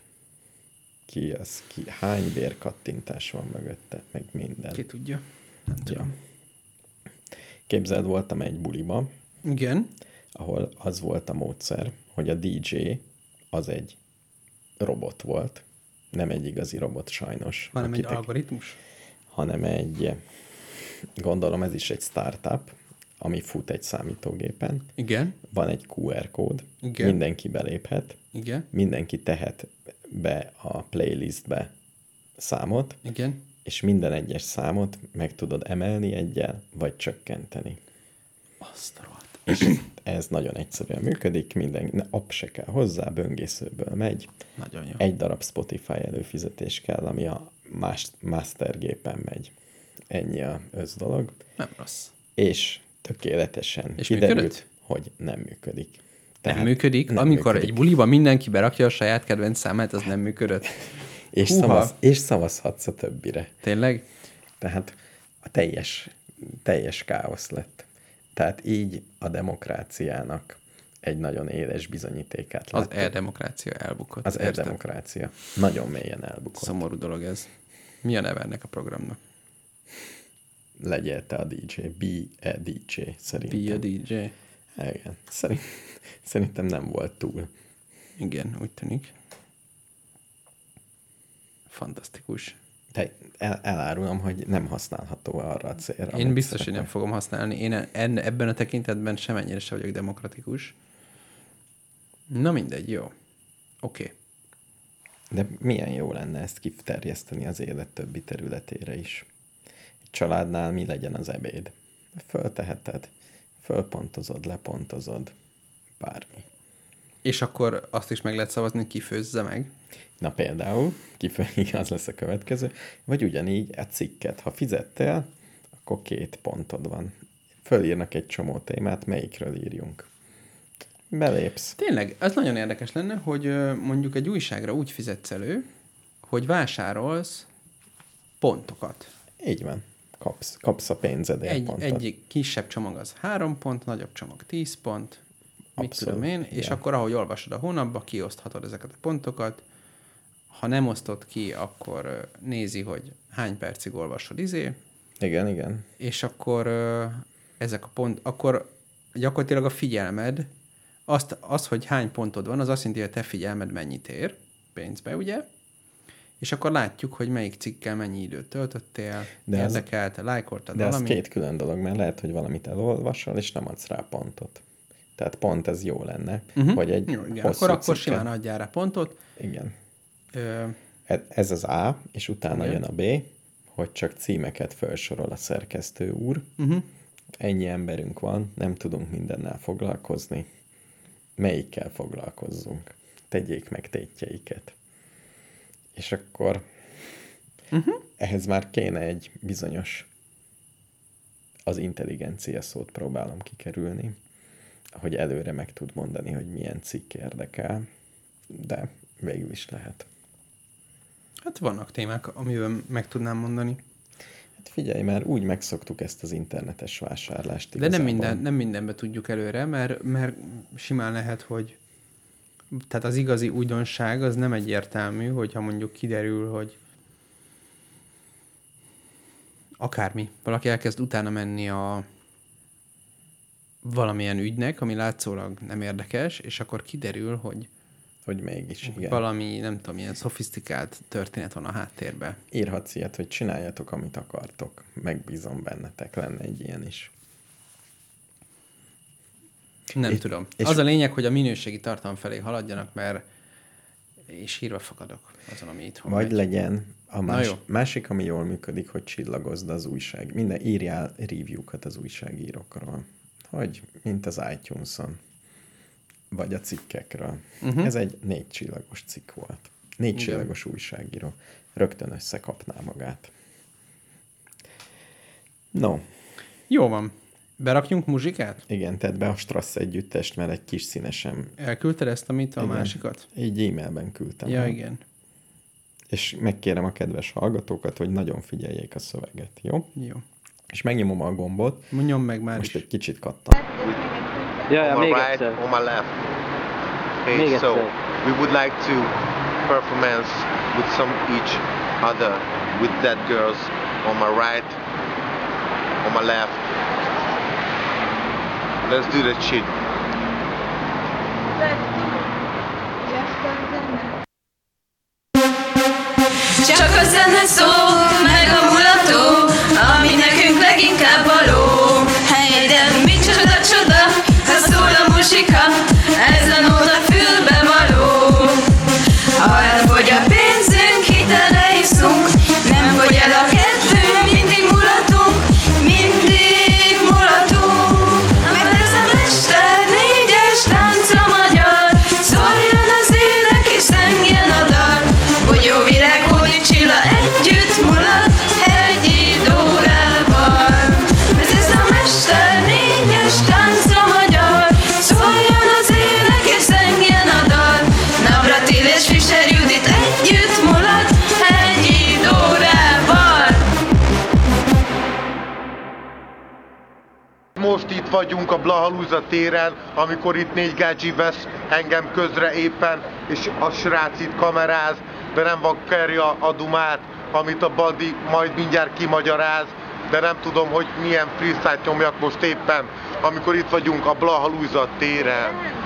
Hány bérkattintás van mögötte, meg minden. Ki tudja? Nem tudom. Ja. Képzeld, voltam egy buliba, Igen. ahol az volt a módszer, hogy a DJ az egy robot volt. Nem egy igazi robot sajnos. Hanem egy algoritmus? Hanem gondolom ez is egy startup, ami fut egy számítógépen. Igen. Van egy QR kód, Igen. mindenki beléphet, Igen. mindenki tehet be a playlistbe számot, Igen. és minden egyes számot meg tudod emelni egyel, vagy csökkenteni. Azt a rohadt. És ez nagyon egyszerűen működik, app se kell hozzá, böngészőből megy. Nagyon jó. Egy darab Spotify előfizetés kell, ami a mastergépen megy. Ennyi a dolog. Nem rossz. És tökéletesen és kiderült, működött? hogy nem működik. Tehát nem működik? Nem amikor működik. egy buliba mindenki berakja a saját kedvenc számát, az nem működött. És szavazhatsz a többire. Tényleg? Tehát a teljes káosz lett. Tehát így a demokráciának egy nagyon éles bizonyítékát Az láttuk. e-demokrácia elbukott. Az e-demokrácia nagyon mélyen elbukott. Szomorú dolog ez. Mi a neve ennek a programnak? Legyél te a DJ. Be a DJ, szerintem. Be a DJ. Igen. Szerintem nem volt túl. Igen, úgy tűnik. Fantasztikus. De elárulom, hogy nem használható arra a célra. Én biztos, hogy nem fogom használni. Én ebben a tekintetben semennyire se vagyok demokratikus. Na mindegy, jó. Oké. De milyen jó lenne ezt kiterjeszteni az élet többi területére is. Egy családnál mi legyen az ebéd? Fölteheted, fölpontozod, lepontozod, bármi. És akkor azt is meg lehet szavazni, hogy ki főzze meg. Na például, az lesz a következő, vagy ugyanígy a cikket. Ha fizettél, akkor 2 pontod van. Fölírnak egy csomó témát, melyikről írjunk. Belépsz. Tényleg, ez nagyon érdekes lenne, hogy mondjuk egy újságra úgy fizetsz elő, hogy vásárolsz pontokat. Így van. Kapsz a pénzedért pontot. Egy kisebb csomag az 3 pont, nagyobb csomag 10 pont, mit Abszolút, tudom én, és igen. akkor ahogy olvasod a hónapba, kioszthatod ezeket a pontokat. Ha nem osztod ki, akkor nézi, hogy hány percig olvasod Igen. és akkor ezek a akkor gyakorlatilag a figyelmed, az, hogy hány pontod van, az azt jelenti, hogy a te figyelmed mennyit ér pénzbe, ugye? És akkor látjuk, hogy melyik cikkel mennyi időt töltöttél, érdekelte, lájkoltad de valamit. az 2 külön dolog, mert lehet, hogy valamit elolvasol, és nem adsz rá pontot. Tehát pont ez jó lenne, hogy egy Jó, igen. hosszú Akkor cikket- simán adjál rá pontot. Igen. Ö, Ez az A, és utána Igen. jön a B, hogy csak címeket felsorol a szerkesztő úr. Ennyi emberünk van, nem tudunk mindennel foglalkozni. Melyikkel foglalkozzunk? Tegyék meg tétjeiket. És akkor ehhez már kéne egy bizonyos az intelligencia szót próbálom kikerülni, hogy előre meg tud mondani, hogy milyen cikk érdekel, de végül is lehet. hát vannak témák, amiben meg tudnám mondani. Hát figyelj, már úgy megszoktuk ezt az internetes vásárlást. De nem, igazából. nem mindenbe tudjuk előre, mert simán lehet, hogy tehát az igazi újdonság az nem egyértelmű, hogyha mondjuk kiderül, hogy akármi, valaki elkezd utána menni a valamilyen ügynek, ami látszólag nem érdekes, és akkor kiderül, hogy Hogy mégis, igen. valami, nem tudom, ilyen szofisztikált történet van a háttérben. Írhatsz ilyet, hogy csináljatok, amit akartok. Megbízom bennetek, lenne egy ilyen is. Nem tudom. és- Az a lényeg, hogy a minőségi tartalom felé haladjanak, mert és hírva fakadok azon, ami itthon Vagy megy. legyen a Na jó. másik, ami jól működik, hogy csillagozd az újság. Írjál review-kat az újságírókról. Hogy, mint az iTunes-on. Vagy a cikkekről. Ez egy 4 csillagos cikk volt. 4 csillagos újságíró. Rögtön összekapná magát. No, Jó van. Berakjunk muzsikát? igen, tedd be a Strass együttest, mert egy kis színesem. Elküldted ezt, amit a Igen. másikat? Így e-mailben küldtem. Ja, el. igen. És megkérem a kedves hallgatókat, hogy nagyon figyeljék a szöveget, jó? Jó. És megnyomom a gombot, Mondjon meg már most is. egy kicsit kattan. Ja, on my még right, egyszer. on my left. Okay, Még so egyszer. we would like to performance with some each other, with that girls on my right, on my left. Let's do that shit. Csak a zene szól, meg a mulató, ami nekünk leginkább való. Hey, de micsoda csoda, ha szól a muzsika, ez a nóta fülbe való. Ha elfogy a pénzünk, hitele iszunk, nem fogy el a kedvünk, mindig mulatunk, mindig mulatunk. Mert ez a mester négyes tánca magyar, szóljon az ének és zengjen a dal. Bogyóvirág, Hódi Csilla együtt mulat egy órával. Mert ez a mester négyes tánca magyar, szóljon az ének és zengjen a dal. Navratil és Fischer Judit együtt mulat egy órával. Most itt vagyunk a Blahalúza téren, amikor itt 4 gácsi vesz engem közre éppen, és a srác itt kameráz, de nem vakarja a dumát, amit a Badi majd mindjárt kimagyaráz, de nem tudom, hogy milyen freestyle nyomjak most éppen, amikor itt vagyunk a Blahalúza téren.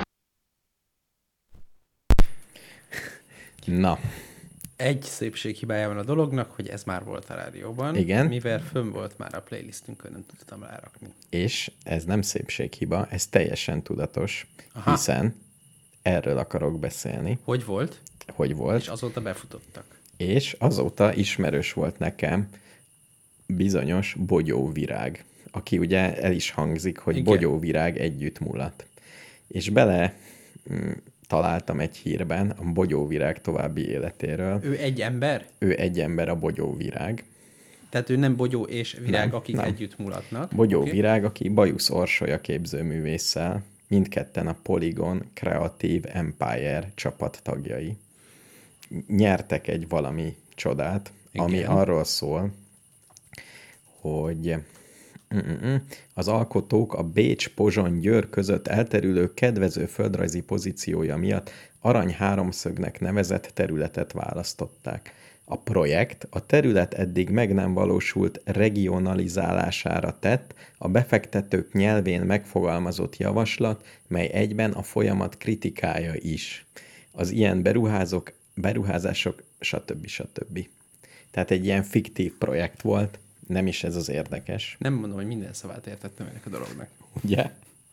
Na, Egy szépséghibája van a dolognak, hogy ez már volt a rádióban. Igen. Mivel fönn volt már a playlistünkön, nem tudtam rárakni. és ez nem szépséghiba, ez teljesen tudatos, Aha. hiszen erről akarok beszélni, Hogy volt? hogy volt, És azóta befutottak. és azóta ismerős volt nekem bizonyos Bogyóvirág, aki ugye el is hangzik, hogy Igen. Bogyóvirág együtt mulat. És bele találtam egy hírben a Bogyóvirág további életéről. Ő egy ember? Ő egy ember, a Bogyóvirág. Tehát ő nem Bogyó és Virág, Nem, akik nem. együtt mulatnak. Bogyóvirág, aki Bajusz Orsolya képzőművésszel, mindketten a Polygon Creative Empire csapat tagjai. Nyertek egy valami csodát, ami Igen. arról szól, hogy az alkotók a Bécs-Pozsony-Győr között elterülő kedvező földrajzi pozíciója miatt arany háromszögnek nevezett területet választották. A projekt a terület eddig meg nem valósult regionalizálására tett, a befektetők nyelvén megfogalmazott javaslat, mely egyben a folyamat kritikája is. Az ilyen beruházások, stb. Tehát egy ilyen fiktív projekt volt, nem is ez az érdekes, Nem mondom, hogy minden szavát értettem ennek a dolognak. ugye?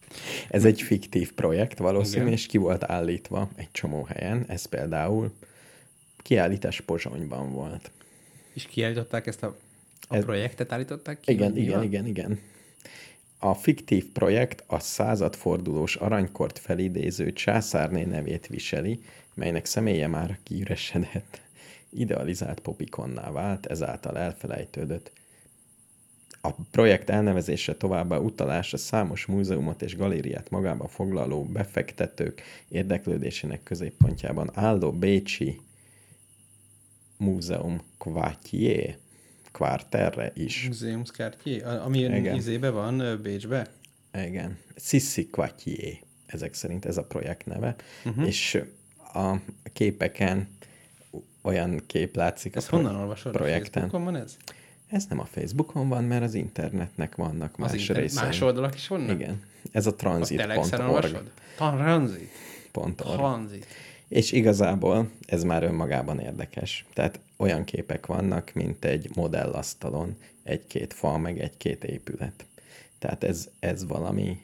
Ez egy fiktív projekt valószínű, Igen. és ki volt állítva egy csomó helyen. Ez például kiállítás Pozsonyban volt. És kiállították ezt a Ez- projektet állították ki? Igen, vagy mi igen, van? igen, igen. A fiktív projekt a századfordulós aranykort felidéző császárné nevét viseli, melynek személye már kiüresedett, idealizált popikonná vált, ezáltal elfelejtődött. A projekt elnevezése továbbá utalás a számos múzeumot és galériát magába foglaló befektetők érdeklődésének középpontjában álló bécsi múzeum Quarterre is. Museumskartjé, ami Igen. izébe van, Bécsbe. Igen. Sissi Quartier, ezek szerint ez a projekt neve. És a képeken olyan kép látszik Ezt a honnan olvasod? A projekten. Facebookon van ez? Ez nem a Facebookon van, mert az internetnek vannak más részei. Más oldalak is vannak? Igen. Ez a A Telexen transit.org. olvasod? Transit. És igazából ez már önmagában érdekes. Tehát olyan képek vannak, mint egy modellasztalon, egy-két fal, meg egy-két épület. Tehát ez valami,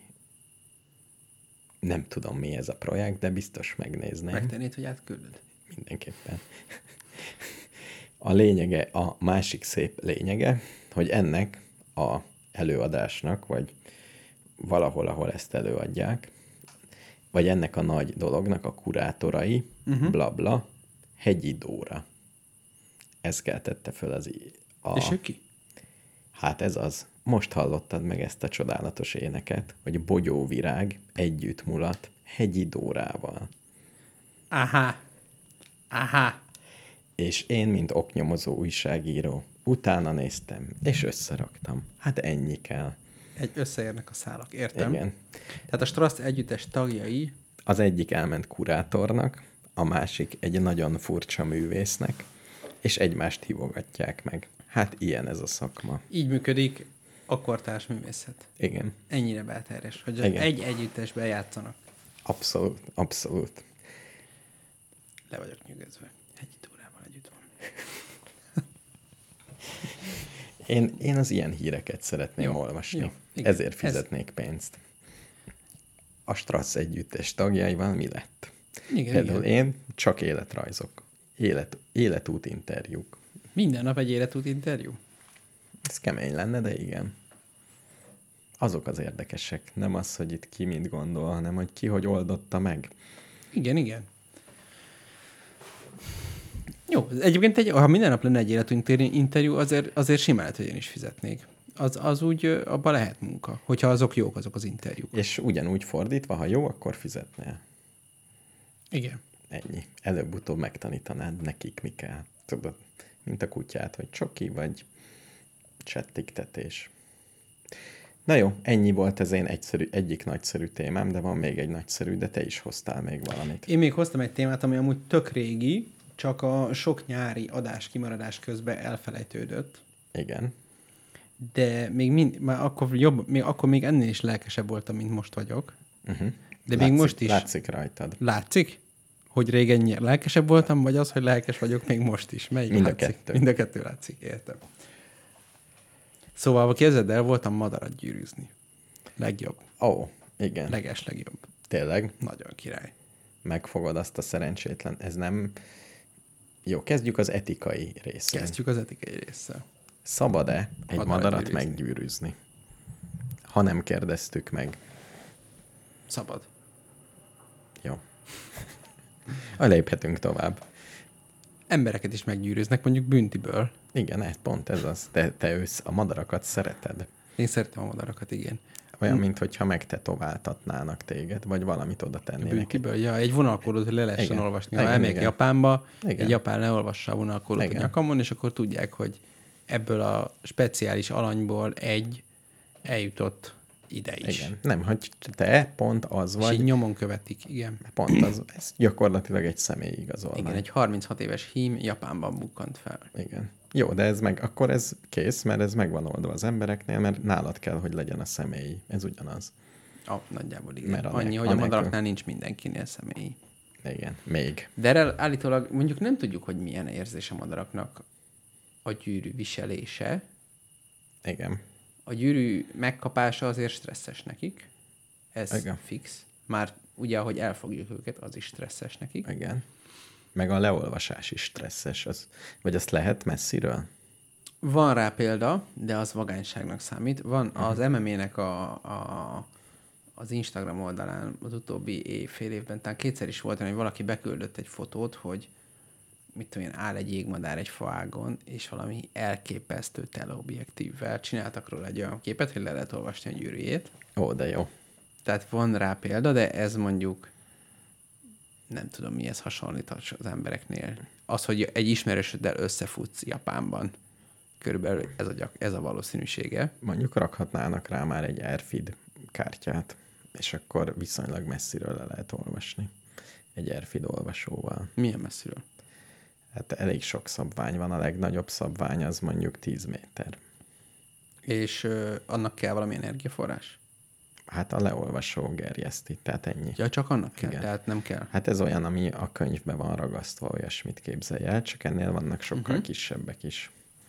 nem tudom mi ez a projekt, de biztos megnézném. Megtennéd, hogy átküldöd? Mindenképpen. A lényege, a másik szép lényege, hogy ennek a előadásnak, vagy valahol, ahol ezt előadják, vagy ennek a nagy dolognak a kurátorai, blabla, Hegyi Dóra. Ez keltette föl És ő ki? Hát ez az. Most hallottad meg ezt a csodálatos éneket, hogy Bogyóvirág együtt mulat Hegyi Dórával. Aha. És én, mint oknyomozó újságíró, utána néztem, és összeraktam. Hát ennyi kell. Összeérnek a szálak, értem. Igen. Tehát a Strassz együttes tagjai, Az egyik elment kurátornak, a másik egy nagyon furcsa művésznek, és egymást hívogatják meg. Hát ilyen ez a szakma. így működik a kortárs művészet. Igen. Ennyire belterjes, hogy Igen. egy együttesben játszanak. Abszolút, abszolút. Le vagyok nyugodva. Egy órával együtt van. Én az ilyen híreket szeretném Jó, olvasni. jó, igen. Ezért fizetnék pénzt. A Strassz együttes tagjaival mi lett? Igen, Például igen. én csak életrajzok, életút interjúk. Minden nap egy életút interjú? Ez kemény lenne, de igen. Azok az érdekesek. Nem az, hogy itt ki mit gondol, hanem hogy ki hogy oldotta meg. Igen. Jó, egyébként ha minden nap lenne egy életút interjú, azért simán lehet, hogy én is fizetnék. Az úgy, abban lehet munka, hogyha azok jók, azok az interjúk. És ugyanúgy fordítva, ha jó, akkor fizetnél. Igen. Ennyi. Előbb-utóbb megtanítanád nekik, mi kell. Tudod, mint a kutyát, hogy csoki vagy csettiktetés. Na jó, ennyi volt ez én egyik nagyszerű témám, de van még egy nagyszerű, de te is hoztál még valamit. Én még hoztam egy témát, ami amúgy tök régi, csak a sok nyári adás kimaradás közben elfelejtődött. Igen. De már akkor még ennél is lelkesebb voltam, mint most vagyok. De még most is. Látszik rajtad. Látszik? Hogy régen lelkesebb voltam, vagy az, hogy lelkes vagyok még most is? Melyik Mind a látszik? kettő. Mind a kettő látszik, értem. Szóval, képzeld el, voltam madarat gyűrűzni. Legjobb. Ó, igen. Legjobb. Tényleg? Nagyon király. Megfogod azt a szerencsétlen. Ez nem... Jó, kezdjük az etikai részét. Kezdjük az etikai résszel. Szabad-e egy Madarat madarat gyűrűzni? meggyűrűzni? Ha nem kérdeztük meg. Szabad. Jó. Léphetünk tovább. Embereket is meggyűrűznek, mondjuk büntiből. Igen, pont ez az. Te a madarakat szereted. Én szeretem a madarakat, igen. Olyan, mintha megtetováltatnának téged, vagy valamit oda tennének. Büntiből, ja, egy vonalkódot, hogy le lehessen Igen. olvasni. Ha Igen, elmegyek igen. Japánba, Igen. egy japán leolvassa a vonalkódot a Igen. nyakamon, és akkor tudják, hogy ebből a speciális alanyból egy eljutott ide is. Igen. Nem, hogy te pont az És így vagy, nyomon követik, igen. pont az, ez gyakorlatilag egy személyi igazolvány. Igen, egy 36 éves hím Japánban bukkant fel. Igen. Jó, de akkor ez kész, mert ez megvan oldva az embereknél, mert nálad kell, hogy legyen a személyi. Ez ugyanaz. Nagyjából igen. Mert Annyi, hogy a madaraknál nincs mindenkinél személyi. Igen, még. De erre állítólag mondjuk nem tudjuk, hogy milyen érzés a madaraknak a gyűrű viselése. Igen. A gyűrű megkapása azért stresszes nekik. Ez Igen. fix. Már ugye, ahogy elfogjuk őket, az is stresszes nekik. Igen. Meg a leolvasás is stresszes. Vagy azt lehet messziről? Van rá példa, de az vagányságnak számít. Van az MMA-nek az Instagram oldalán az utóbbi fél évben, talán kétszer is volt, hogy valaki beküldött egy fotót, hogy mit tudom én, áll egy jégmadár egy faágon, és valami elképesztő teleobjektívvel csináltak róla egy olyan képet, hogy le lehet olvasni a gyűrűjét. Ó, de jó. Tehát van rá példa, de ez mondjuk nem tudom, mihez hasonlít az embereknél. Az, hogy egy ismerősöddel összefutsz Japánban, körülbelül ez a valószínűsége. Mondjuk rakhatnának rá már egy Airfeed kártyát, és akkor viszonylag messziről le lehet olvasni. Egy Airfeed olvasóval. Milyen messziről? Hát elég sok szabvány van, a legnagyobb szabvány az mondjuk 10 méter. És annak kell valami energiaforrás? Hát a leolvasó gerjeszti, tehát ennyi. Ja, csak annak kell, Igen. tehát nem kell. Hát ez olyan, ami a könyvben van ragasztva, olyasmit képzelj el, csak ennél vannak sokkal kisebbek is.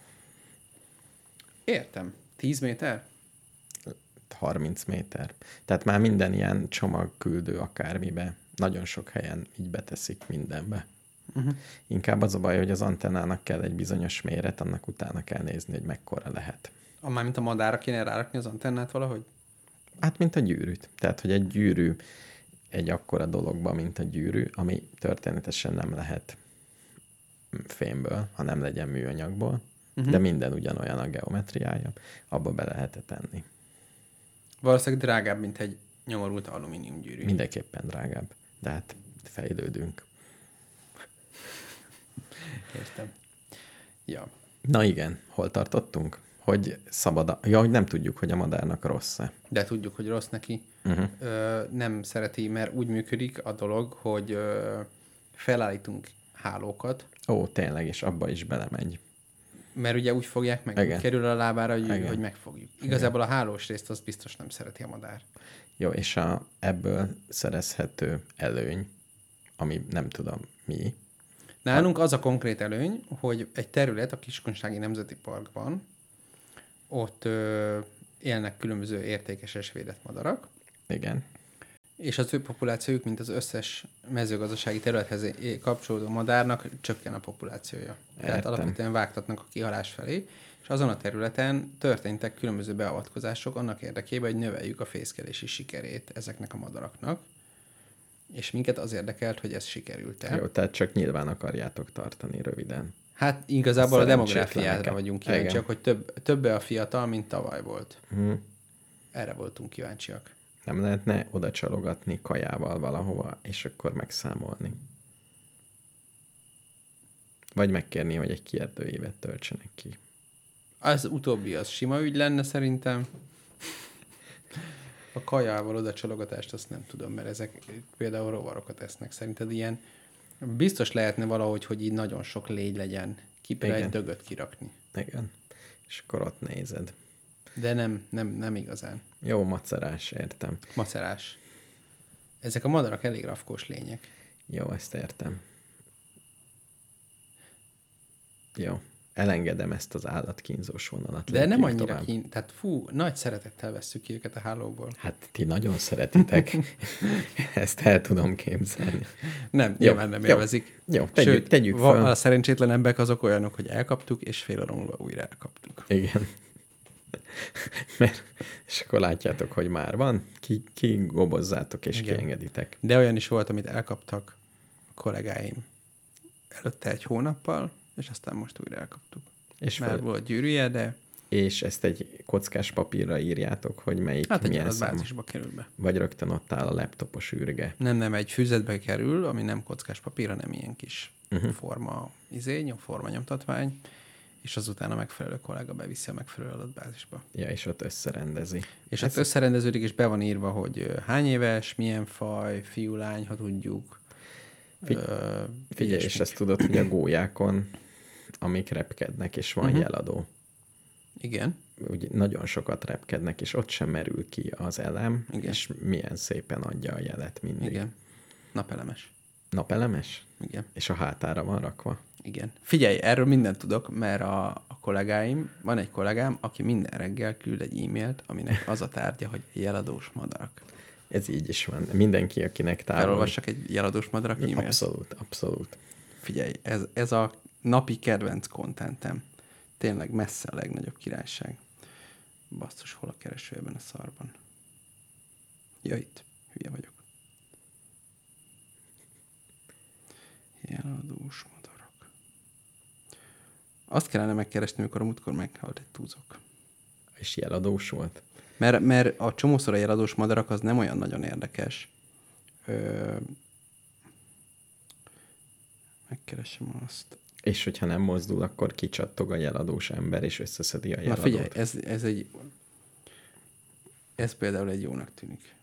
Értem. 10 méter? 30 méter. Tehát már minden ilyen csomagküldő akármibe, nagyon sok helyen így beteszik mindenbe. Inkább az a baj, hogy az antennának kell egy bizonyos méret, annak utána kell nézni, hogy mekkora lehet. Mármint a madárra kéne rárakni az antennát valahogy? Hát, mint a gyűrűt. Tehát, hogy egy gyűrű egy akkora dologba, mint a gyűrű, ami történetesen nem lehet fémből, ha nem legyen műanyagból, de minden ugyanolyan a geometriája, abba be lehet tenni. Valószínűleg drágább, mint egy nyomorult alumínium gyűrű. Mindenképpen drágább, de hát fejlődünk. Értem. Ja. Na igen, hol tartottunk? Hogy szabad, hogy nem tudjuk, hogy a madárnak rossz-e. De tudjuk, hogy rossz neki. Nem szereti, mert úgy működik a dolog, hogy felállítunk hálókat. Ó, tényleg, és abba is belemegy. Mert ugye úgy fogják meg, Igen. kerül a lábára, Igen. hogy megfogjuk. Igazából a hálós részt az biztos nem szereti a madár. Jó, és ebből szerezhető előny, ami nem tudom mi. Nálunk az a konkrét előny, hogy egy terület a Kiskunsági Nemzeti Parkban, ott élnek különböző értékes és védett madarak, Igen. és az ő populációjuk, mint az összes mezőgazdasági területhez kapcsolódó madárnak csökken a populációja. Tehát Értem. alapvetően vágtatnak a kihalás felé, és azon a területen történtek különböző beavatkozások annak érdekében, hogy növeljük a fészkelési sikerét ezeknek a madaraknak, és minket az érdekelt, hogy ez sikerült-e. Jó, tehát csak nyilván akarjátok tartani röviden. Hát igazából a demográfiára Szerencsétleneket. vagyunk kíváncsiak, Igen. hogy többe a fiatal, mint tavaly volt. Erre voltunk kíváncsiak. Nem lehetne oda csalogatni kajával valahova, és akkor megszámolni. Vagy megkérni, hogy egy kérdőívet töltsenek ki. Az utóbbi az sima ügy lenne szerintem. A kajával oda csalogatást azt nem tudom, mert ezek például rovarokat esznek. Szerinted ilyen biztos lehetne valahogy, hogy így nagyon sok légy legyen. Például egy dögöt kirakni. Igen. És akkor ott nézed. De nem igazán. Jó, macerás, értem. Macerás. Ezek a madarak elég rafkós lények. Jó, ezt értem. Jó. Elengedem ezt az állatkínzós vonalat. De nem lépjünk annyira tovább. tehát nagy szeretettel vesszük ki őket a hálóból. Hát ti nagyon szeretitek. Ezt el tudom képzelni. Nem, nyilván nem élvezik. Jó, Sőt, tegyük fel. a szerencsétlen emberek azok olyanok, hogy elkaptuk, és fél óra múlva újra elkaptuk. Igen. És akkor látjátok, hogy már van. Kigobozzátok és Igen. kiengeditek. De olyan is volt, amit elkaptak a kollégáim előtte egy hónappal, és aztán most újra elkaptuk. És, Már volt gyűrűje, de és ezt egy kockás papírra írjátok, hogy melyik hát egy milyen szám. adatbázisba kerül be. Vagy rögtön ott áll a laptopos űrge. Nem, egy füzetbe kerül, ami nem kockás papír, hanem ilyen kis forma nyomtatvány, és azután a megfelelő kollega beviszi a megfelelő adatbázisba. Ja, és ott összerendezi. És hát összerendeződik, és be van írva, hogy hány éves, milyen faj, fiú, lány, ha tudjuk. Figyelj, és ezt tudod, hogy a gólyákon, amik repkednek, és van jeladó. Igen. Úgy nagyon sokat repkednek, és ott sem merül ki az elem, Igen. és milyen szépen adja a jelet mindig. Igen. Napelemes. Napelemes? Igen. És a hátára van rakva. Igen. Figyelj, erről mindent tudok, mert a kollégáim, van egy kollégám, aki minden reggel küld egy e-mailt, aminek az a tárgya, hogy jeladós madarak. Ez így is van. Mindenki, akinek távol. Felolvassak egy jeladós madarak e-mailt? Abszolút, abszolút. Figyelj, ez a napi kedvenc kontentem. Tényleg messze a legnagyobb királyság. Basszus, hol a kereső ebben a szarban? Ja, itt. Hülye vagyok. Jeladós madarak. Azt kellene megkeresni, amikor a múltkor meghalt egy túzok. És jeladós volt? Mert a csomószor a jeladós madarak az nem olyan nagyon érdekes. Megkeresem azt. És hogyha nem mozdul, akkor kicsattog a jeladós ember, és összeszedi a jeladót. Na figyelj, ez például egy jónak tűnik.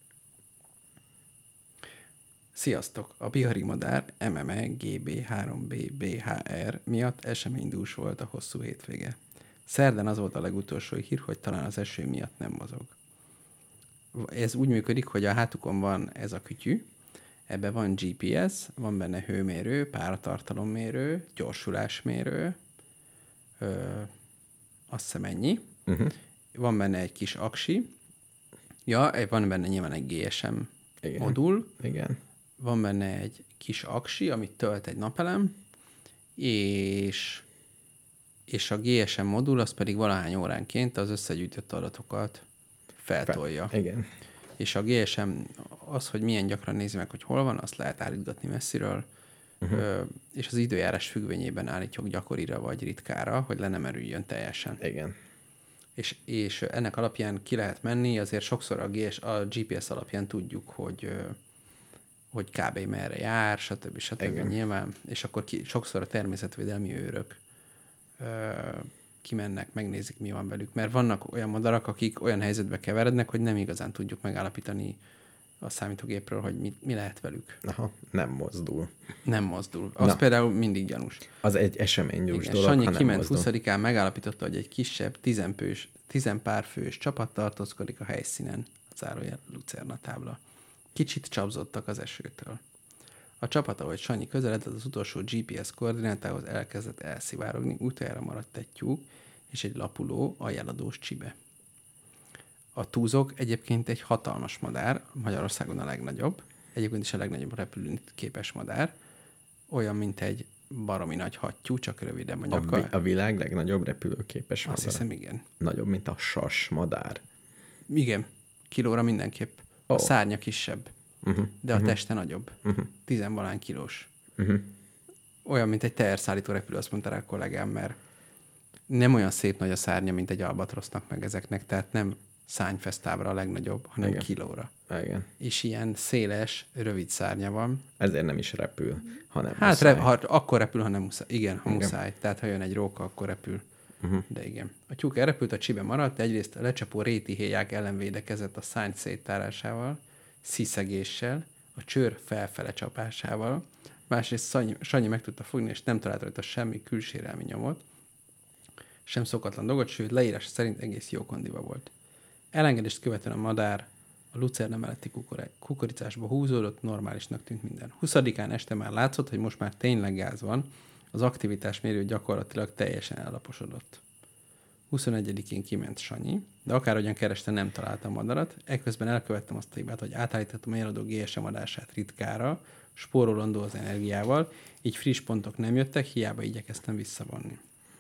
Sziasztok! A bihari madár MME GB3B BHR miatt eseménydús volt a hosszú hétvége. Szerdán az volt a legutolsó hír, hogy talán az eső miatt nem mozog. Ez úgy működik, hogy a hátukon van ez a kütyű, ebben van GPS, van benne hőmérő, páratartalommérő, gyorsulásmérő, azt hiszem ennyi. Van benne egy kis aksi, van benne nyilván egy GSM modul, Igen. Van benne egy kis aksi, amit tölt egy napelem, és a GSM modul az pedig valahány óránként az összegyűjtött adatokat feltolja. Igen. És a GSM az, hogy milyen gyakran nézi meg, hogy hol van, azt lehet állítgatni messziről, és az időjárás függvényében állítjuk gyakorira vagy ritkára, hogy le nem erüljön teljesen. Igen. És ennek alapján ki lehet menni, azért sokszor a GPS alapján tudjuk, hogy kb. Merre jár, stb. Nyilván, és akkor sokszor a természetvédelmi őrök kimennek, megnézik, mi van velük. Mert vannak olyan madarak, akik olyan helyzetbe keverednek, hogy nem igazán tudjuk megállapítani a számítógépről, hogy mi lehet velük. Aha, nem mozdul. Nem mozdul. Az például mindig gyanús. Az egy eseménydús dolog, Sanyi ha nem kiment mozdul. 20-án, megállapította, hogy egy kisebb, 10 pár fős csapat tartózkodik a helyszínen, zárójel Lucerna tábla. Kicsit csapzottak az esőtől. A csapat, ahogy Sanyi közeledett, az utolsó GPS koordinátához elkezdett elszivárogni, utoljára maradt egy tyúk és egy lapuló a jeladós csibe. A túzok egyébként egy hatalmas madár, Magyarországon a legnagyobb, egyébként is a legnagyobb repülőképes madár, olyan, mint egy baromi nagy hattyú, csak rövidebb a nyakkal. A világ legnagyobb repülőképes madár. Azt hiszem, igen. Nagyobb, mint a sas madár. Igen, kilóra mindenképp. A szárnya kisebb, de a teste nagyobb. 10-valány kilós. Olyan, mint egy teherszállító repülő, azt mondta rá a kollégám, mert nem olyan szép nagy a szárnya, mint egy albatrosznak meg ezeknek, tehát nem szányfesztávra a legnagyobb, hanem Igen. kilóra. Igen. És ilyen széles, rövid szárnya van. Ezért nem is repül, hanem Hát akkor repül, ha nem muszáj. Igen, ha muszáj. Tehát ha jön egy róka, akkor repül. De igen. A tyúk elrepült, a csibe maradt, egyrészt a lecsapó réti héják ellen védekezett a szárny széttárásával, sziszegéssel, a csőr felfele csapásával, másrészt Sanyi meg tudta fogni, és nem talált rajta semmi külsérelmi nyomot, sem szokatlan dolgot, sőt leírás szerint egész jó kondiba volt. Elengedést követően a madár a lucerna melletti kukoricásba húzódott, normálisnak tűnt minden. 20-án este már látszott, hogy most már tényleg gáz van, az aktivitásmérő gyakorlatilag teljesen ellaposodott. 21-én kiment Sanyi, de akárhogyan kereste, nem találta a madarat, ekközben elkövettem azt a hibát, hogy átállítottam a jeladó GSM adását ritkára, spórolandó az energiával, így friss pontok nem jöttek, hiába igyekeztem visszavonni.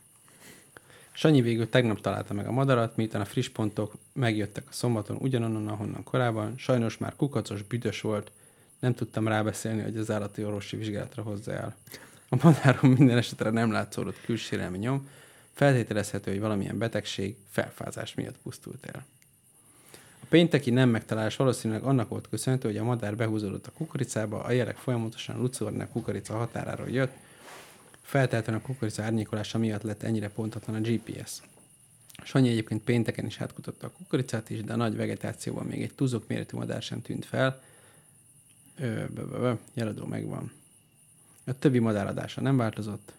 Sanyi végül tegnap találta meg a madarat, miután a friss pontok megjöttek a szombaton ugyanonnan, ahonnan korábban, sajnos már kukacos, büdös volt, nem tudtam rábeszélni, hogy az állati orvosi vizsgálatra hozzá el. A madáron minden esetre nem látszódott külsérelmi nyom, feltételezhető, hogy valamilyen betegség, felfázás miatt pusztult el. A pénteki nem megtalálás valószínűleg annak volt köszönhető, hogy a madár behúzódott a kukoricába, a jelek folyamatosan Lucerna kukorica határáról jött, feltétlenül a kukorica árnyékolása miatt lett ennyire pontatlan a GPS. Sanyi egyébként pénteken is átkutatta a kukoricát is, de a nagy vegetációban még egy tuzok méretű madár sem tűnt fel. Jeladó megvan. A többi madáradása nem változott.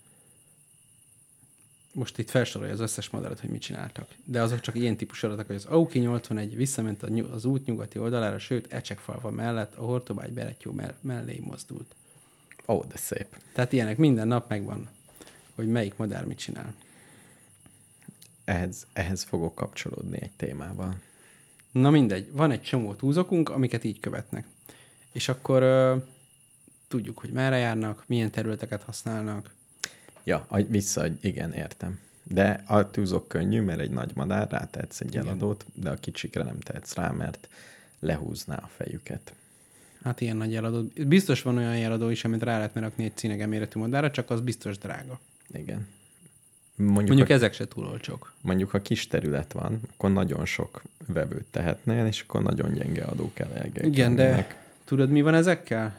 Most itt felsorolja az összes madarat, hogy mit csináltak. De azok csak ilyen típusú adatok, hogy az Auki 81 visszament az út nyugati oldalára, sőt, Ecsekfalva mellett a Hortobágy Berettyó mellé mozdult. Ó, de szép. Tehát ilyenek minden nap megvan, hogy melyik madár mit csinál. Ehhez fogok kapcsolódni egy témával. Na mindegy, van egy csomó túzokunk, amiket így követnek. És akkor tudjuk, hogy merre járnak, milyen területeket használnak. Ja, igen, értem. De a túzok könnyű, mert egy nagy madár, rátehetsz egy eladót, de a kicsikre nem tehetsz rá, mert lehúzná a fejüket. Hát ilyen nagy eladó. Biztos van olyan eladó is, amit rá lehetne rakni egy cinege méretű madárra, csak az biztos drága. Igen. Mondjuk ezek se túl olcsók. Mondjuk, ha kis terület van, akkor nagyon sok vevőt tehetnél, és akkor nagyon gyenge adók elégek. Igen, de tudod, mi van ezekkel?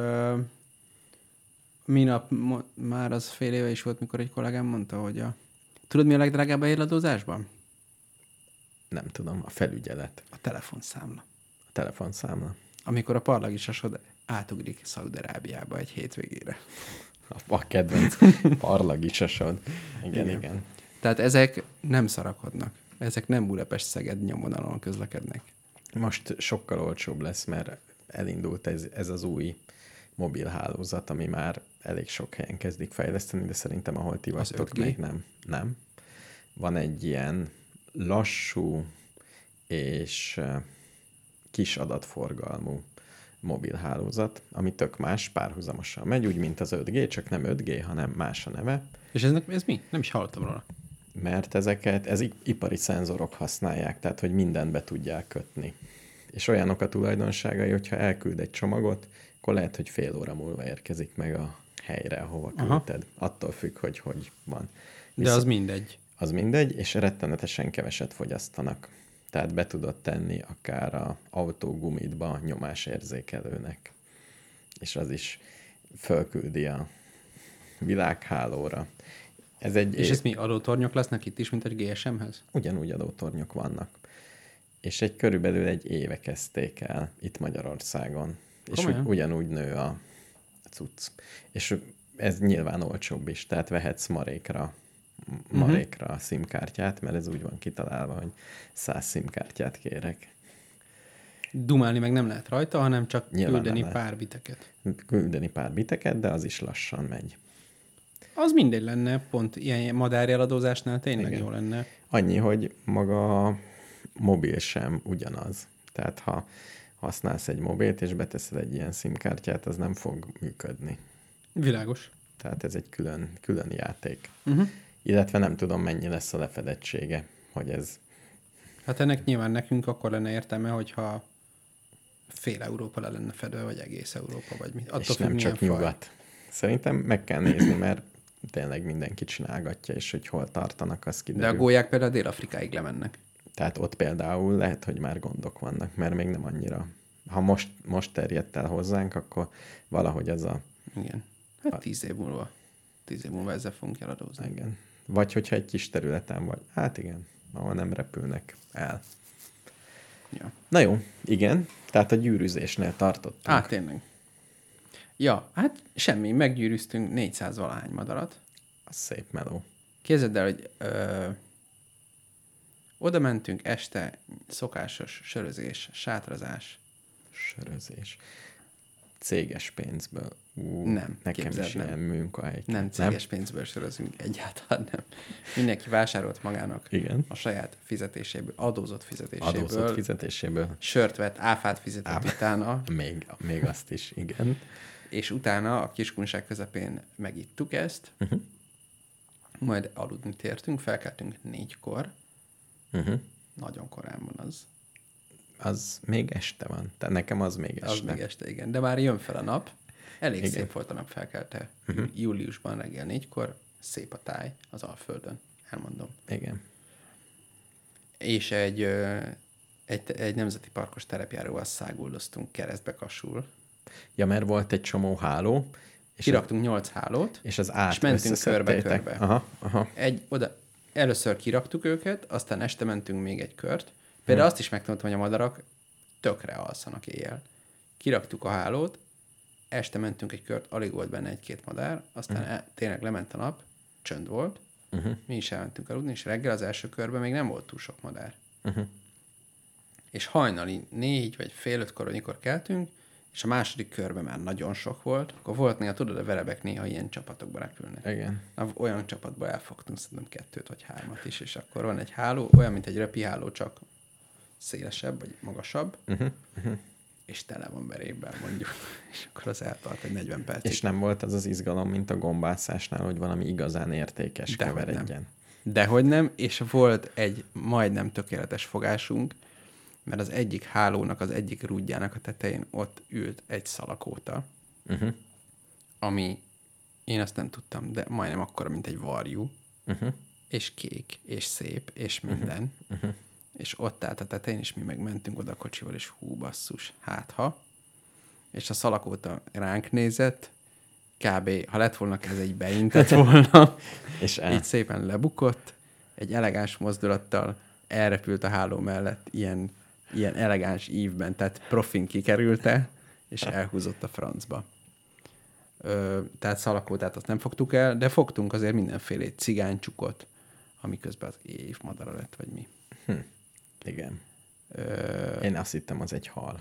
Minap már az fél éve is volt, mikor egy kollégám mondta, hogy tudod, mi a legdrágább a eladózásban? Nem tudom, a felügyelet. A telefonszámla. A telefonszámla. Amikor a parlagisasod átugrik Szaúd-Arábiába egy hétvégére. A kedvenc parlagisasod. Igen, igen. Tehát ezek nem szarakodnak. Ezek nem Budapest-Szeged nyomvonalon közlekednek. Most sokkal olcsóbb lesz, mert elindult ez az új mobilhálózat, ami már elég sok helyen kezdik fejleszteni, de szerintem ahol ti vagytok, még nem. Van egy ilyen lassú és kis adatforgalmú mobilhálózat, ami tök más, párhuzamosan megy, úgy, mint az 5G, csak nem 5G, hanem más a neve. És ez mi? Nem is hallottam róla. Mert ez ipari szenzorok használják, tehát hogy mindent be tudják kötni. És olyanok a tulajdonságai, hogyha elküld egy csomagot, akkor lehet, hogy fél óra múlva érkezik meg a helyre, ahova küldted. Attól függ, hogy van. De az mindegy. Az mindegy, és rettenetesen keveset fogyasztanak. Tehát be tudod tenni akár az autógumitba nyomásérzékelőnek. És az is fölküldi a világhálóra. És ez mi, adótornyok lesznek itt is, mint egy GSM-hez? Ugyanúgy adótornyok vannak. És körülbelül egy éve kezdték el itt Magyarországon. Komolyan? És ugyanúgy nő a cucc. És ez nyilván olcsóbb is, tehát vehetsz marékra a SIM-kártyát, mert ez úgy van kitalálva, hogy 100 SIM-kártyát kérek. Dumálni meg nem lehet rajta, hanem csak Nyilván küldeni pár biteket. Küldeni pár biteket, de az is lassan megy. Az mindegy lenne, pont ilyen madárjeladózásnál tényleg jó lenne. Annyi, hogy maga a mobil sem ugyanaz. Tehát ha használsz egy mobilt, és beteszed egy ilyen SIM-kártyát, az nem fog működni. Világos. Tehát ez egy külön játék. Illetve nem tudom, mennyi lesz a lefedettsége, hogy ez... Hát ennek nyilván nekünk akkor lenne értelme, hogyha fél Európa le lenne fedve, vagy egész Európa, vagy mi. Attól és nem csak nyugat. Szerintem meg kell nézni, mert tényleg mindenki csinálgatja, és hogy hol tartanak, az kiderül. De a gólyák például Dél-Afrikáig lemennek. Tehát ott például lehet, hogy már gondok vannak, mert még nem annyira. Ha most terjedt el hozzánk, akkor valahogy ez a... Igen. Hát 10 év múlva ezzel fogunk eladózni. Igen. Vagy hogyha egy kis területen vagy. Hát igen, ahol nem repülnek el. Ja. Na jó, igen. Tehát a gyűrűzésnél tartottunk. Tényleg. Ja, hát semmi, meggyűrűztünk 400 valahány madarat. Az szép meló. Képzeld el, hogy oda mentünk este, szokásos sörözés, sátrazás. Sörözés. Céges pénzből. Nem, nekem is nem. ilyen munkahely. Nem céges pénzből sörözünk egyáltalán, nem. Mindenki vásárolt magának a saját fizetéséből, adózott fizetéséből. Sört vett, áfát fizetett utána. Még azt is, igen. És utána a kiskunság közepén megittuk ezt, majd aludni tértünk, felkeltünk 4-kor. Nagyon korán van az. Az még este van. Tehát nekem az még este. Az még este, igen. De már jön fel a nap. Elég szép volt a nap felkelte. Júliusban reggel 4-kor. Szép a táj az Alföldön. Elmondom. Igen. És egy nemzeti parkos terepjáróval száguldoztunk keresztbe Kassul. Ja, mert volt egy csomó háló. És kiraktunk 8 hálót. És az és mentünk körbe-körbe. Aha. Először kiraktuk őket, aztán este mentünk még egy kört. Például azt is megtanultam, hogy a madarak tökre alszanak éjjel. Kiraktuk a hálót, este mentünk egy kört, alig volt benne egy-két madár, aztán tényleg lement a nap, csönd volt, mi is elmentünk aludni, és reggel az első körben még nem volt túl sok madár. És hajnali 4 vagy fél 5-kor, amikor keltünk, és a második körben már nagyon sok volt, akkor volt néha, tudod, a verebek néha ilyen csapatokba repülnek. Igen. Olyan csapatba elfogtunk szerintem 2 vagy 3 is, és akkor van egy háló, olyan, mint egy röpi háló, csak szélesebb, vagy magasabb, és tele van verébbel, mondjuk. És akkor az eltart egy 40 percig. És nem volt az az izgalom, mint a gombászásnál, hogy valami igazán értékes keveredjen. Dehogy nem, és volt egy majdnem tökéletes fogásunk, mert az egyik hálónak, az egyik rúdjának a tetején ott ült egy szalakóta, ami én azt nem tudtam, de majdnem akkora, mint egy varjú, és kék, és szép, és minden. És ott állt a tetején, és mi megmentünk oda a kocsival, és hú, basszus, hát ha. És a szalakóta ránk nézett, kb. Ha lett volna keze, így beintett volna, És így szépen lebukott, egy elegáns mozdulattal elrepült a háló mellett, ilyen elegáns ívben, tehát profin kikerülte, és elhúzott a francba. Tehát szalakótát azt nem fogtuk el, de fogtunk azért mindenféle cigánycsukot, ami közben az évmadara lett, vagy mi. Igen. Én azt hittem, az egy hal.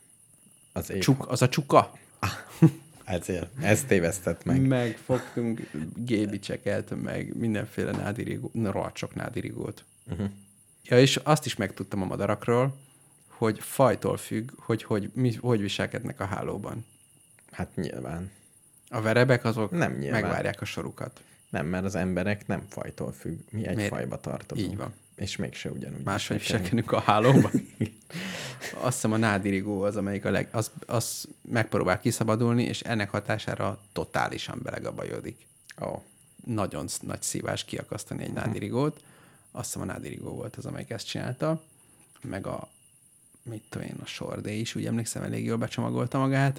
Az a csuka? Ezért. Ez tévesztett meg. Meg fogtunk gébicseket, meg mindenféle nádirigót, rohadt sok nádirigót. Ja, és azt is megtudtam a madarakról, hogy fajtól függ, hogy viselkednek a hálóban. Hát nyilván. A verebek azok Nem nyilván. megvárják a sorukat. Nem, mert az emberek nem fajtól függ. Mi egy Miért? fajba tartozunk. Így van. És mégse ugyanúgy. Máshogy viselkedünk. viselkedünk a hálóban. Azt hiszem a nádirigó az, amelyik az megpróbál kiszabadulni, és ennek hatására totálisan belegabajodik. Nagyon nagy szívás kiakasztani egy nádirigót. Azt hiszem a nádirigó volt az, amelyik ezt csinálta. Meg a a sordé is, úgy emlékszem, elég jól becsomagolta magát.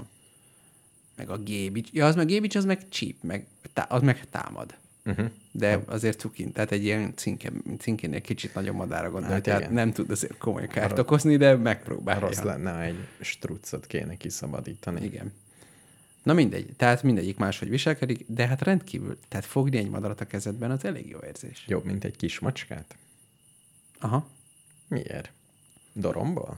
Meg a gébics. Ja, az meg gébics, az meg csíp, az meg támad. De azért cukin, tehát egy ilyen cinkénél kicsit nagyobb madárra gondol, Hát tehát igen. nem tud azért komoly kárt okozni, de megpróbálja. Rossz lenne, ha egy struccot kéne kiszabadítani. Igen. Na mindegy, tehát mindegyik máshogy viselkedik, de hát rendkívül, tehát fogni egy madarat a kezedben, az elég jó érzés. Jobb, mint egy kis macskát? Aha. Miért? Doromból?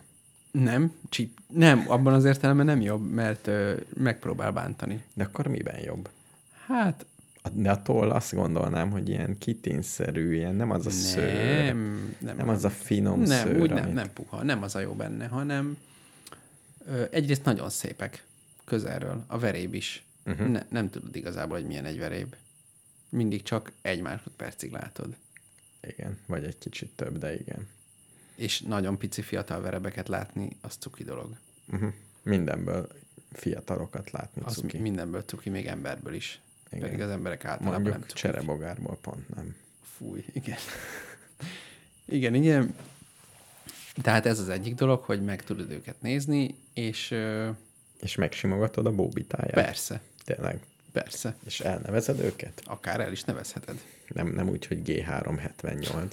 Nem, abban az értelemben nem jobb, mert megpróbál bántani. De akkor miben jobb? Hát De a toll azt gondolnám, hogy ilyen kitínszerű, ilyen nem az a szőr. Nem az a finom szőr. Úgy amit... nem puha, nem az a jó benne, hanem egyrészt nagyon szépek közelről, a veréb is. Nem tudod igazából, hogy milyen egy veréb. Mindig csak 1 másodpercig látod. Igen, vagy egy kicsit több, de igen. És nagyon pici fiatal verebeket látni, az cuki dolog. Mindenből fiatalokat látni Az cuki. mindenből cuki, még emberből is. Igen. Pedig az emberek általában nem Mondjuk cukik. cserebogárból pont nem. Fúj, igen. Igen. Tehát ez az egyik dolog, hogy meg tudod őket nézni, és És megsimogatod a bóbitáját? persze, Tényleg? persze. És elnevezed őket? Akár el is nevezheted. Nem úgy, hogy G378.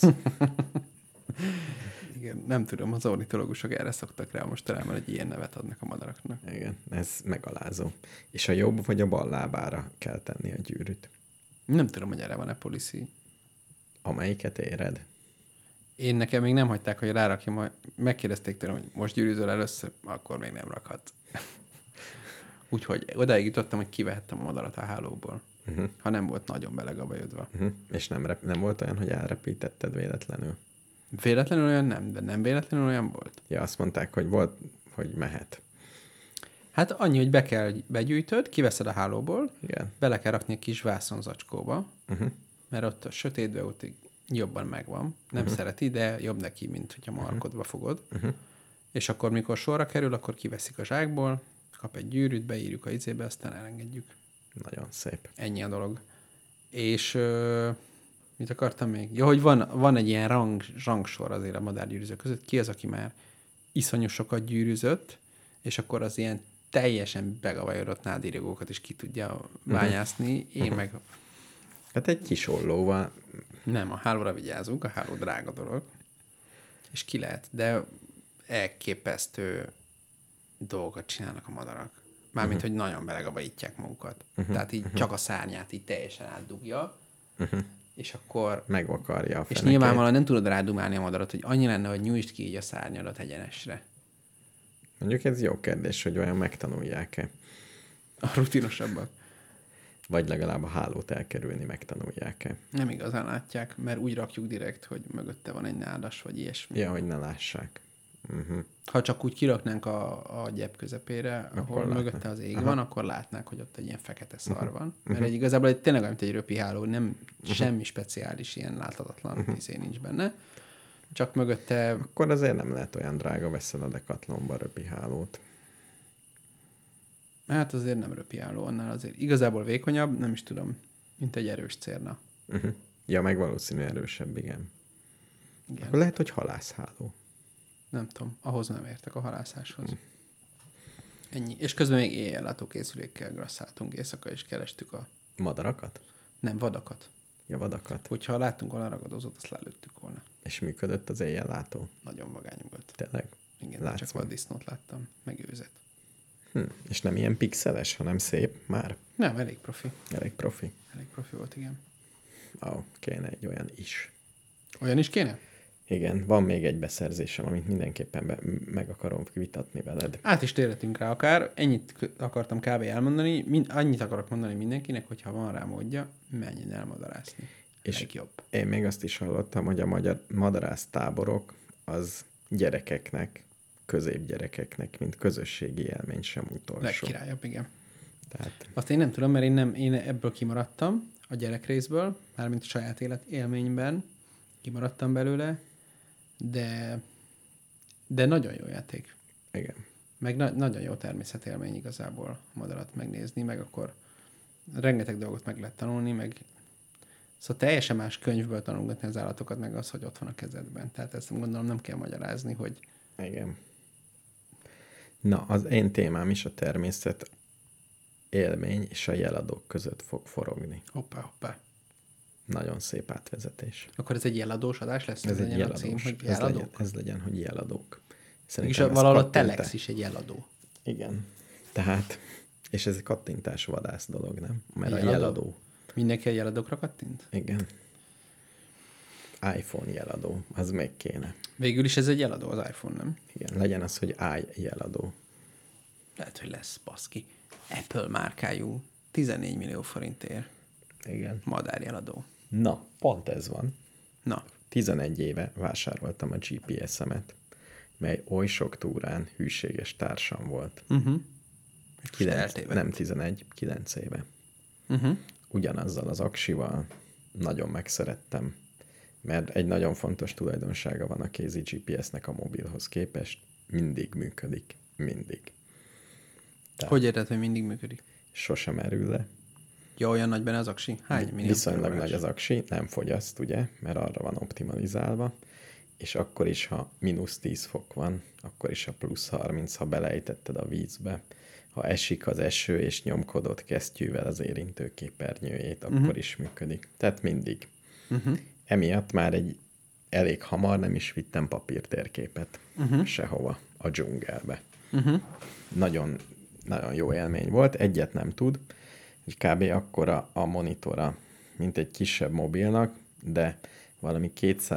Igen, nem tudom, az ornitológusok erre szoktak rá mostanában, hogy ilyen nevet adnak a madaraknak. Igen, ez megalázó. És a jobb vagy a bal lábára kell tenni a gyűrűt? Nem tudom, hogy erre van-e policy. Amelyiket éred? Én nekem még nem hagyták, hogy rárakjam, majd megkérdezték tőlem, hogy most gyűrűzöl először, akkor még nem rakhatsz. Úgyhogy odáig jutottam, hogy kivehettem a madarat a hálóból. Ha nem volt nagyon belegabajodva. És nem volt olyan, hogy elrepítetted véletlenül? Véletlenül olyan nem, de nem véletlenül olyan volt. Ja, azt mondták, hogy volt, hogy mehet. Hát annyi, hogy begyűjtöd, kiveszed a hálóból, Igen. bele kell rakni egy kis vászonzacskóba, mert ott a sötétbe ott jobban megvan. Nem szereti, de jobb neki, mint hogyha markodva fogod. És akkor, mikor sorra kerül, akkor kiveszik a zsákból, kap egy gyűrűt, beírjuk a izébe, aztán elengedjük. Nagyon szép. Ennyi a dolog. És mit akartam még? Ja, hogy van egy ilyen rangsor azért a madárgyűrűzők között. Ki az, aki már iszonyú sokat gyűrűzött, és akkor az ilyen teljesen begavajodott nádirigókat is ki tudja bányászni. Én meg Hát egy kis ollóval. nem, a hálóra vigyázunk, a háló drága dolog. És ki lehet, de elképesztő dolgokat csinálnak a madarak. Mármint, hogy nagyon belegabajítják magukat. Tehát így csak a szárnyát így teljesen átdugja, és akkor... Megvakarja a És fenekét. nyilvánvalóan nem tudod rádumálni a madarat, hogy annyi lenne, hogy nyújtsd ki így a szárnyadat egyenesre. Mondjuk ez jó kérdés, hogy vajon megtanulják-e. A rutinosabbak. Vagy legalább a hálót elkerülni megtanulják-e. Nem igazán látják, mert úgy rakjuk direkt, hogy mögötte van egy nádas, vagy ilyesmi. Ja, hogy ne lássák. Ha csak úgy kiraknánk a gyep közepére, ahol látnak. mögötte az ég van, akkor látnák, hogy ott egy ilyen fekete szar van. Mert igazából tényleg olyan, mint egy röpiháló, nem semmi speciális, ilyen láthatatlan izé nincs benne. Csak mögötte... Akkor azért nem lehet olyan drága, veszel a Decathlonba röpihálót. Hát azért nem röpiháló, annál azért igazából vékonyabb, nem is tudom, mint egy erős cérna. Ja, meg valószínű erősebb, igen. Igen. Akkor lehet, hogy halászháló. Nem tudom, ahhoz nem értek a halászáshoz. Ennyi. És közben még éjjellátó készülékkel grasszáltunk éjszaka, és kerestük a... Madarakat? Nem, vadakat. Ja, vadakat. Hogyha láttunk volna ragadozót, azt lelőttük volna. És működött az éjjellátó? Nagyon vagány volt. Tényleg? Igen, Látszom. csak vaddisznót láttam, meg őzet. És nem ilyen pixeles, hanem szép már? Nem, elég profi. Elég profi. Elég profi volt, igen. Kéne egy olyan is. Olyan is kéne? Igen, van még egy beszerzésem, amit mindenképpen meg akarom vitatni veled. Át is térhetünk rá akár. Ennyit akartam kb. Elmondani. Annyit akarok mondani mindenkinek, hogyha van rá módja, menjen el madarászni. És legjobb. én még azt is hallottam, hogy a madarász táborok az gyerekeknek, középgyerekeknek, mint közösségi élmény sem utolsó. Legkirályabb, igen. Tehát Azt én nem tudom, mert én ebből kimaradtam, a gyerekrészből, mármint a saját élet élményben kimaradtam belőle, de nagyon jó játék. igen. Meg nagyon jó természetélmény igazából a madarat megnézni, meg akkor rengeteg dolgot meg lehet tanulni, meg szóval teljesen más könyvből tanulgatni az állatokat, meg az, hogy ott van a kezedben. Tehát ezt gondolom nem kell magyarázni, hogy Igen. Na, az én témám is a természet élmény és a jeladók között fog forogni. hoppá. Nagyon szép átvezetés. Akkor ez egy jeladós adás lesz? Ez egy legyen a cím, jeladós. hogy Ez jeladók? legyen, hogy jeladók. És Szerintem ez valahol a kattintás. Telex is egy jeladó. Igen. Tehát, és ez egy kattintás vadász dolog, nem? Mert a Jeladó? jeladó. Mindenki a jeladókra kattint? Igen. iPhone jeladó, az még kéne. Végül is ez egy jeladó az iPhone, nem? Igen, legyen az, hogy jeladó. Lehet, hogy lesz, baszki. Apple márkájú 14 millió forintért Igen. madárjeladó. Na, pont ez van. Na, 11 éve vásároltam a GPS-emet, mely oly sok túrán hűséges társam volt. és most eltévedt. Nem 11, 9 éve. Ugyanazzal az aksival nagyon megszerettem, mert egy nagyon fontos tulajdonsága van a kézi GPS-nek a mobilhoz képest. Mindig működik. Mindig. Hogy érted, hogy mindig működik? Sosem merül le. Ja, olyan nagy benne az aksi? Hány millió Viszonylag forrás? nagy az aksi, nem fogyaszt, ugye, mert arra van optimalizálva, és akkor is, ha -10 fok van, akkor is a +30, ha belejtetted a vízbe, ha esik az eső, és nyomkodod kesztyűvel az érintő képernyőjét, akkor is működik. Tehát mindig. Emiatt már elég hamar nem is vittem papírtérképet sehova, a dzsungelbe. Nagyon, nagyon jó élmény volt, egyet nem tud, hogy kb. Akkora a monitora, mint egy kisebb mobilnak, de valami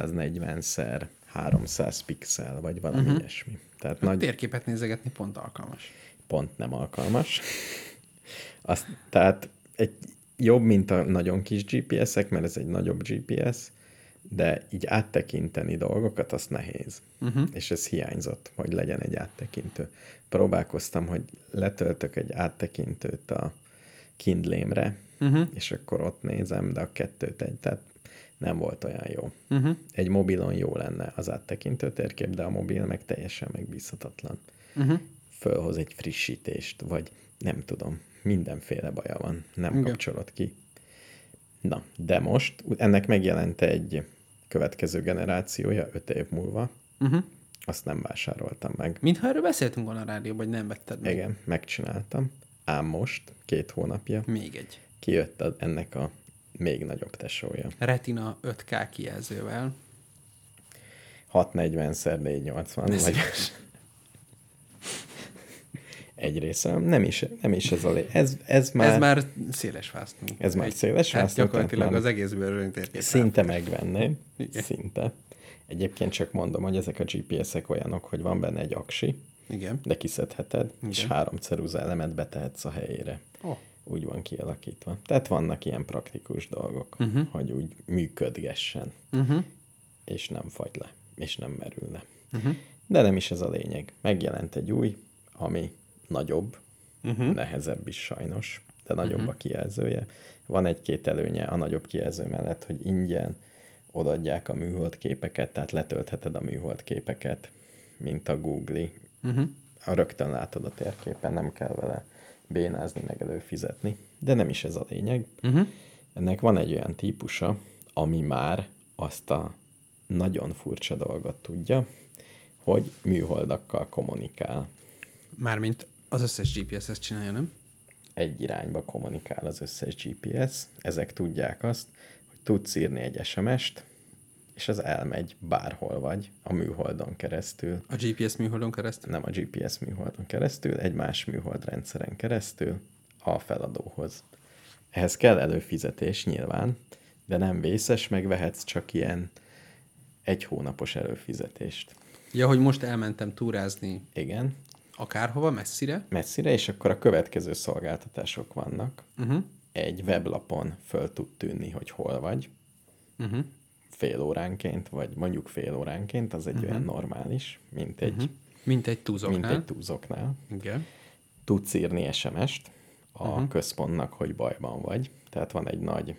240x300 pixel, vagy valami ilyesmi. Tehát A térképet nézegetni pont alkalmas. pont nem alkalmas. Tehát jobb, mint a nagyon kis GPS-ek, mert ez egy nagyobb GPS, de így áttekinteni dolgokat, az nehéz. És ez hiányzott, hogy legyen egy áttekintő. Próbálkoztam, hogy letöltök egy áttekintőt a Kindle-mre, és akkor ott nézem, de a kettőt tehát nem volt olyan jó. Egy mobilon jó lenne az áttekintő térkép, de a mobil meg teljesen megbízhatatlan. Fölhoz egy frissítést, vagy nem tudom, mindenféle baja van, nem kapcsolod ki. Na, de most ennek megjelent egy következő generációja 5 év múlva. Azt nem vásároltam meg. Mintha erről beszéltünk volna a rádióban, hogy nem vetted meg. Igen, megcsináltam. Ám most, 2 hónapja, Még egy. kijött ennek a még nagyobb tesója. Retina 5K kijelzővel. 640x480, vagy egy része. Nem is ez a ez már... Ez már széles vásztó. Ez már széles hát vásztó, gyakorlatilag tehát az egész bőrön térkép. Szinte megvenném. Igen. Szinte. Egyébként csak mondom, hogy ezek a GPS-ek olyanok, hogy van benne egy aksi, Igen. de kiszedheted, és 3 ceruza elemet betehetsz a helyére. Oh. úgy van kialakítva. Tehát vannak ilyen praktikus dolgok, hogy úgy működgessen, és nem fagy le, és nem merül le. De nem is ez a lényeg. Megjelent egy új, ami nagyobb, nehezebb is sajnos, de nagyobb a kijelzője. Van egy-két előnye a nagyobb kijelző mellett, hogy ingyen odaadják a műhold képeket, tehát letöltheted a műhold képeket, mint a Google-i. Rögtön látod a térképen, nem kell vele bénázni, meg előfizetni. De nem is ez a lényeg. Ennek van egy olyan típusa, ami már azt a nagyon furcsa dolgot tudja, hogy műholdakkal kommunikál. Mármint az összes GPS ezt csinálja, nem? Egy irányba kommunikál az összes GPS. Ezek tudják azt, hogy tudsz írni egy SMS-t, és az elmegy bárhol vagy, a műholdon keresztül. A GPS műholdon keresztül? Nem a GPS műholdon keresztül, egy más műholdrendszeren keresztül a feladóhoz. Ehhez kell előfizetés nyilván, de nem vészes, megvehetsz csak ilyen 1 hónapos előfizetést. Ja, hogy most elmentem túrázni Igen. akárhova, messzire. Messzire, és akkor a következő szolgáltatások vannak. Egy weblapon föl tud tűnni, hogy hol vagy. Fél óránként, vagy mondjuk fél óránként, az egy olyan normális, mint egy Mint egy túzoknál. Igen. Tudsz írni SMS-t a központnak, hogy bajban vagy. Tehát van egy nagy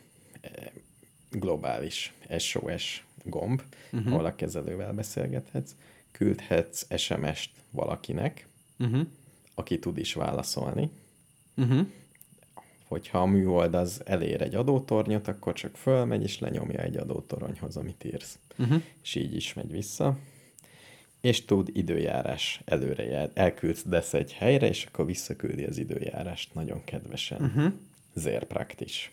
globális SOS gomb, ahol a kezelővel beszélgethetsz. Küldhetsz SMS-t valakinek, aki tud is válaszolni. Hogyha a műhold az elér egy adótornyot, akkor csak fölmegy, és lenyomja egy adótoronyhoz, amit írsz. És így is megy vissza. És tud időjárás előre elküldesz egy helyre, és akkor visszaküldi az időjárást nagyon kedvesen. Sehr praktisch.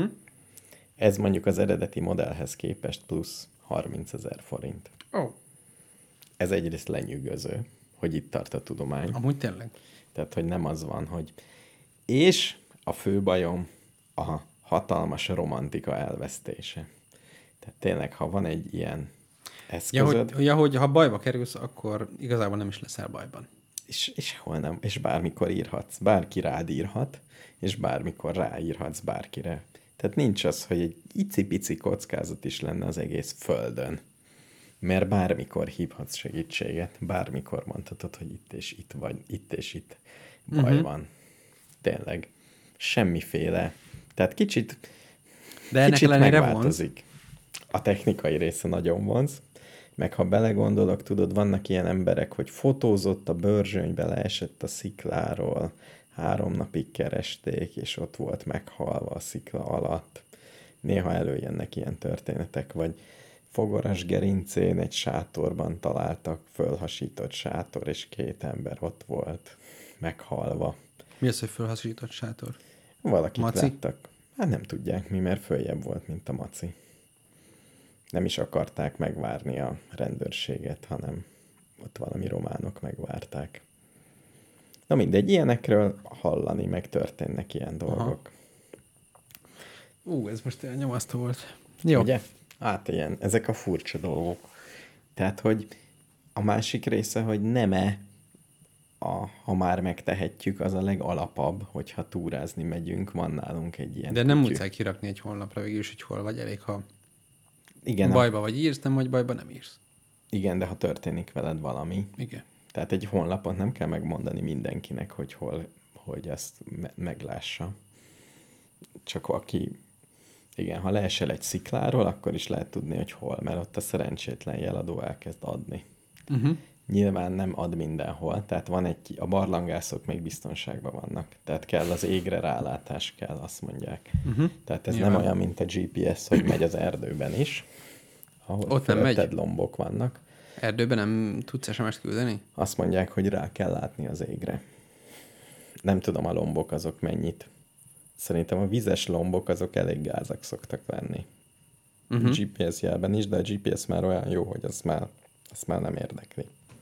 Ez mondjuk az eredeti modellhez képest plusz 30 000 forint. Oh. Ez egyrészt lenyűgöző, hogy itt tart a tudomány. Amúgy tényleg. Tehát, hogy nem az van, hogy... És a fő bajom a hatalmas romantika elvesztése. Tehát tényleg, ha van egy ilyen eszközöd... hogy ha bajba kerülsz, akkor igazából nem is leszel bajban. És hol nem. És bármikor írhatsz. Bárki rád írhat, és bármikor ráírhatsz bárkire. Tehát nincs az, hogy egy icipici kockázat is lenne az egész földön. Mert bármikor hívhatsz segítséget, bármikor mondhatod, hogy itt és itt vagy, itt és itt baj van. Tényleg. Semmiféle. Tehát kicsit megváltozik. A technikai része nagyon vonz, meg ha belegondolok, tudod, vannak ilyen emberek, hogy fotózott a Börzsönybe, leesett a szikláról, 3 napig keresték, és ott volt meghalva a szikla alatt. Néha előjönnek ilyen történetek, vagy Fogaras gerincén egy sátorban találtak fölhasított sátor, és 2 ember ott volt, meghalva. Mi az, hogy fölhasított sátor? Valakit Maci? láttak. Hát nem tudják mi, mert följebb volt, mint a maci. Nem is akarták megvárni a rendőrséget, hanem ott valami románok megvárták. Na mindegy, ilyenekről hallani, meg történnek ilyen dolgok. Ez most elnyomasztó volt. Jó. Ugye? Hát ilyen, ezek a furcsa dolgok. Tehát, hogy a másik része, hogy nem-e, ha már megtehetjük, az a legalapabb, hogyha túrázni megyünk, van nálunk egy ilyen De nem muszáj kirakni egy honlapra végül is, hogy hol vagy, elég, ha igen, bajba vagy írsz, nem vagy bajba nem írsz. Igen, de ha történik veled valami. Igen. Tehát egy honlapon nem kell megmondani mindenkinek, hogy hol, hogy ezt meglássa. Csak aki, igen, ha leesel egy szikláról, akkor is lehet tudni, hogy hol, mert ott a szerencsétlen jeladó elkezd adni. Nyilván nem ad mindenhol, tehát van a barlangászok még biztonságban vannak. Tehát kell az égre rálátás kell, azt mondják. Tehát ez Nyilván. nem olyan, mint a GPS, hogy megy az erdőben is, ahol Ott nem megy. lombok vannak. Erdőben nem tudsz SMS-t küldeni? Azt mondják, hogy rá kell látni az égre. Nem tudom, a lombok azok mennyit. Szerintem a vizes lombok azok elég gázak szoktak lenni. GPS jelben is, de a GPS már olyan jó, hogy azt már nem érdekli.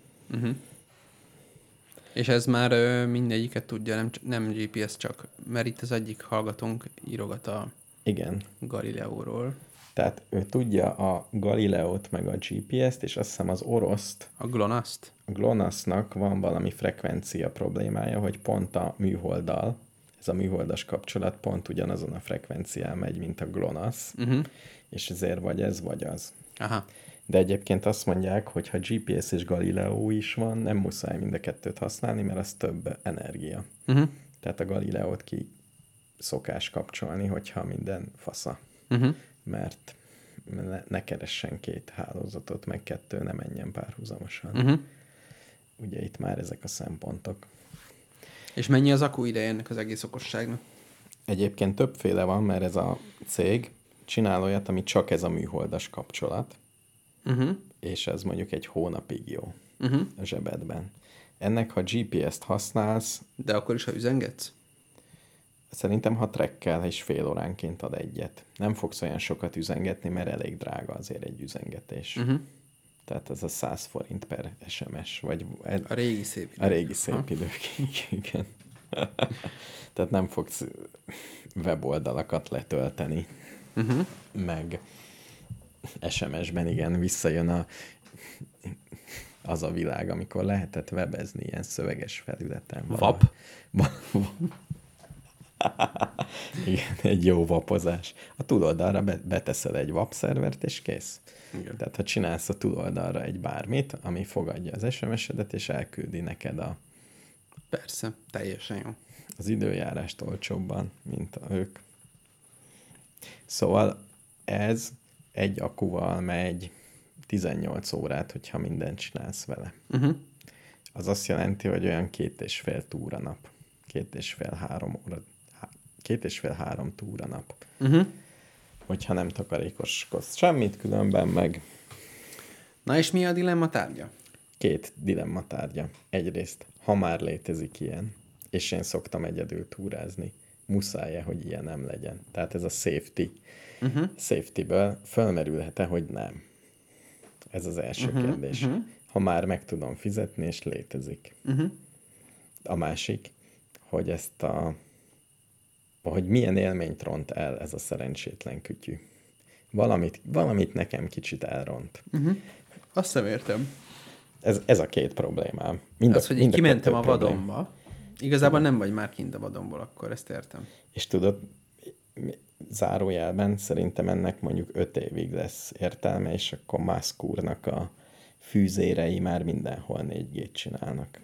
És ez már mindegyiket tudja, nem GPS csak, mert itt az egyik hallgatónk írogat a Igen. Galileóról. Tehát ő tudja a Galileót meg a GPS-t, és azt hiszem az oroszt, A GLONASS-t. a GLONASS-nak van valami frekvencia problémája, hogy pont a műholddal, ez a műholdas kapcsolat pont ugyanazon a frekvencián megy, mint a GLONASS, és ezért vagy ez, vagy az. Aha. De egyébként azt mondják, hogy ha GPS és Galileo is van, nem muszáj mind a kettőt használni, mert az több energia. Tehát a Galileót ki szokás kapcsolni, hogyha minden fasza. Mert ne keressen 2 hálózatot, meg 2 ne menjen párhuzamosan. Ugye itt már ezek a szempontok. És mennyi az akku ideje ennek az egész okosságnak? Egyébként többféle van, mert ez a cég csinál olyat, ami csak ez a műholdas kapcsolat, és ez mondjuk 1 hónapig jó a zsebedben. Ennek, ha GPS-t használsz... De akkor is, ha üzengetsz? Szerintem, ha trekkel, és fél óránként ad egyet. Nem fogsz olyan sokat üzengetni, mert elég drága azért egy üzengetés. Tehát ez a 100 forint per SMS. Vagy a régi szép idők. A régi szép idők, igen. Tehát nem fogsz weboldalakat letölteni. Meg SMS-ben, igen, visszajön az a világ, amikor lehetett webezni ilyen szöveges felületen. VAP? Igen, egy jó vapozás. A túloldalra beteszel egy VAP szervert, és kész. Igen. Tehát, ha csinálsz a túloldalra egy bármit, ami fogadja az SMS-edet, és elküldi neked Persze, teljesen jó. Az időjárást olcsóbban, mint ők. Szóval ez egy akuval megy 18 órát, hogyha mindent csinálsz vele. Az azt jelenti, hogy olyan 2,5 túra nap. 2,5-3 óra. 2,5-3 túra nap. Hogyha nem takarékoskodsz semmit, különben meg... Na és mi a dilemma tárgya? 2 dilemma tárgya. Egyrészt, ha már létezik ilyen, és én szoktam egyedül túrázni, muszáj-e, hogy ilyen nem legyen. Tehát ez a safety. Safety-ből fölmerülhet-e, hogy nem? Ez az első kérdés. Ha már meg tudom fizetni, és létezik. A másik, hogy hogy milyen élményt ront el ez a szerencsétlen kütyű. Valamit nekem kicsit elront. Azt nem értem. Ez a 2 problémám. Hogy én kimentem a vadomba. Igazából nem vagy már kint a vadomból, akkor ezt értem. És tudod, zárójelben szerintem ennek mondjuk 5 évig lesz értelme, és akkor Musk úrnak a fűzérei már mindenhol 4G-t csinálnak.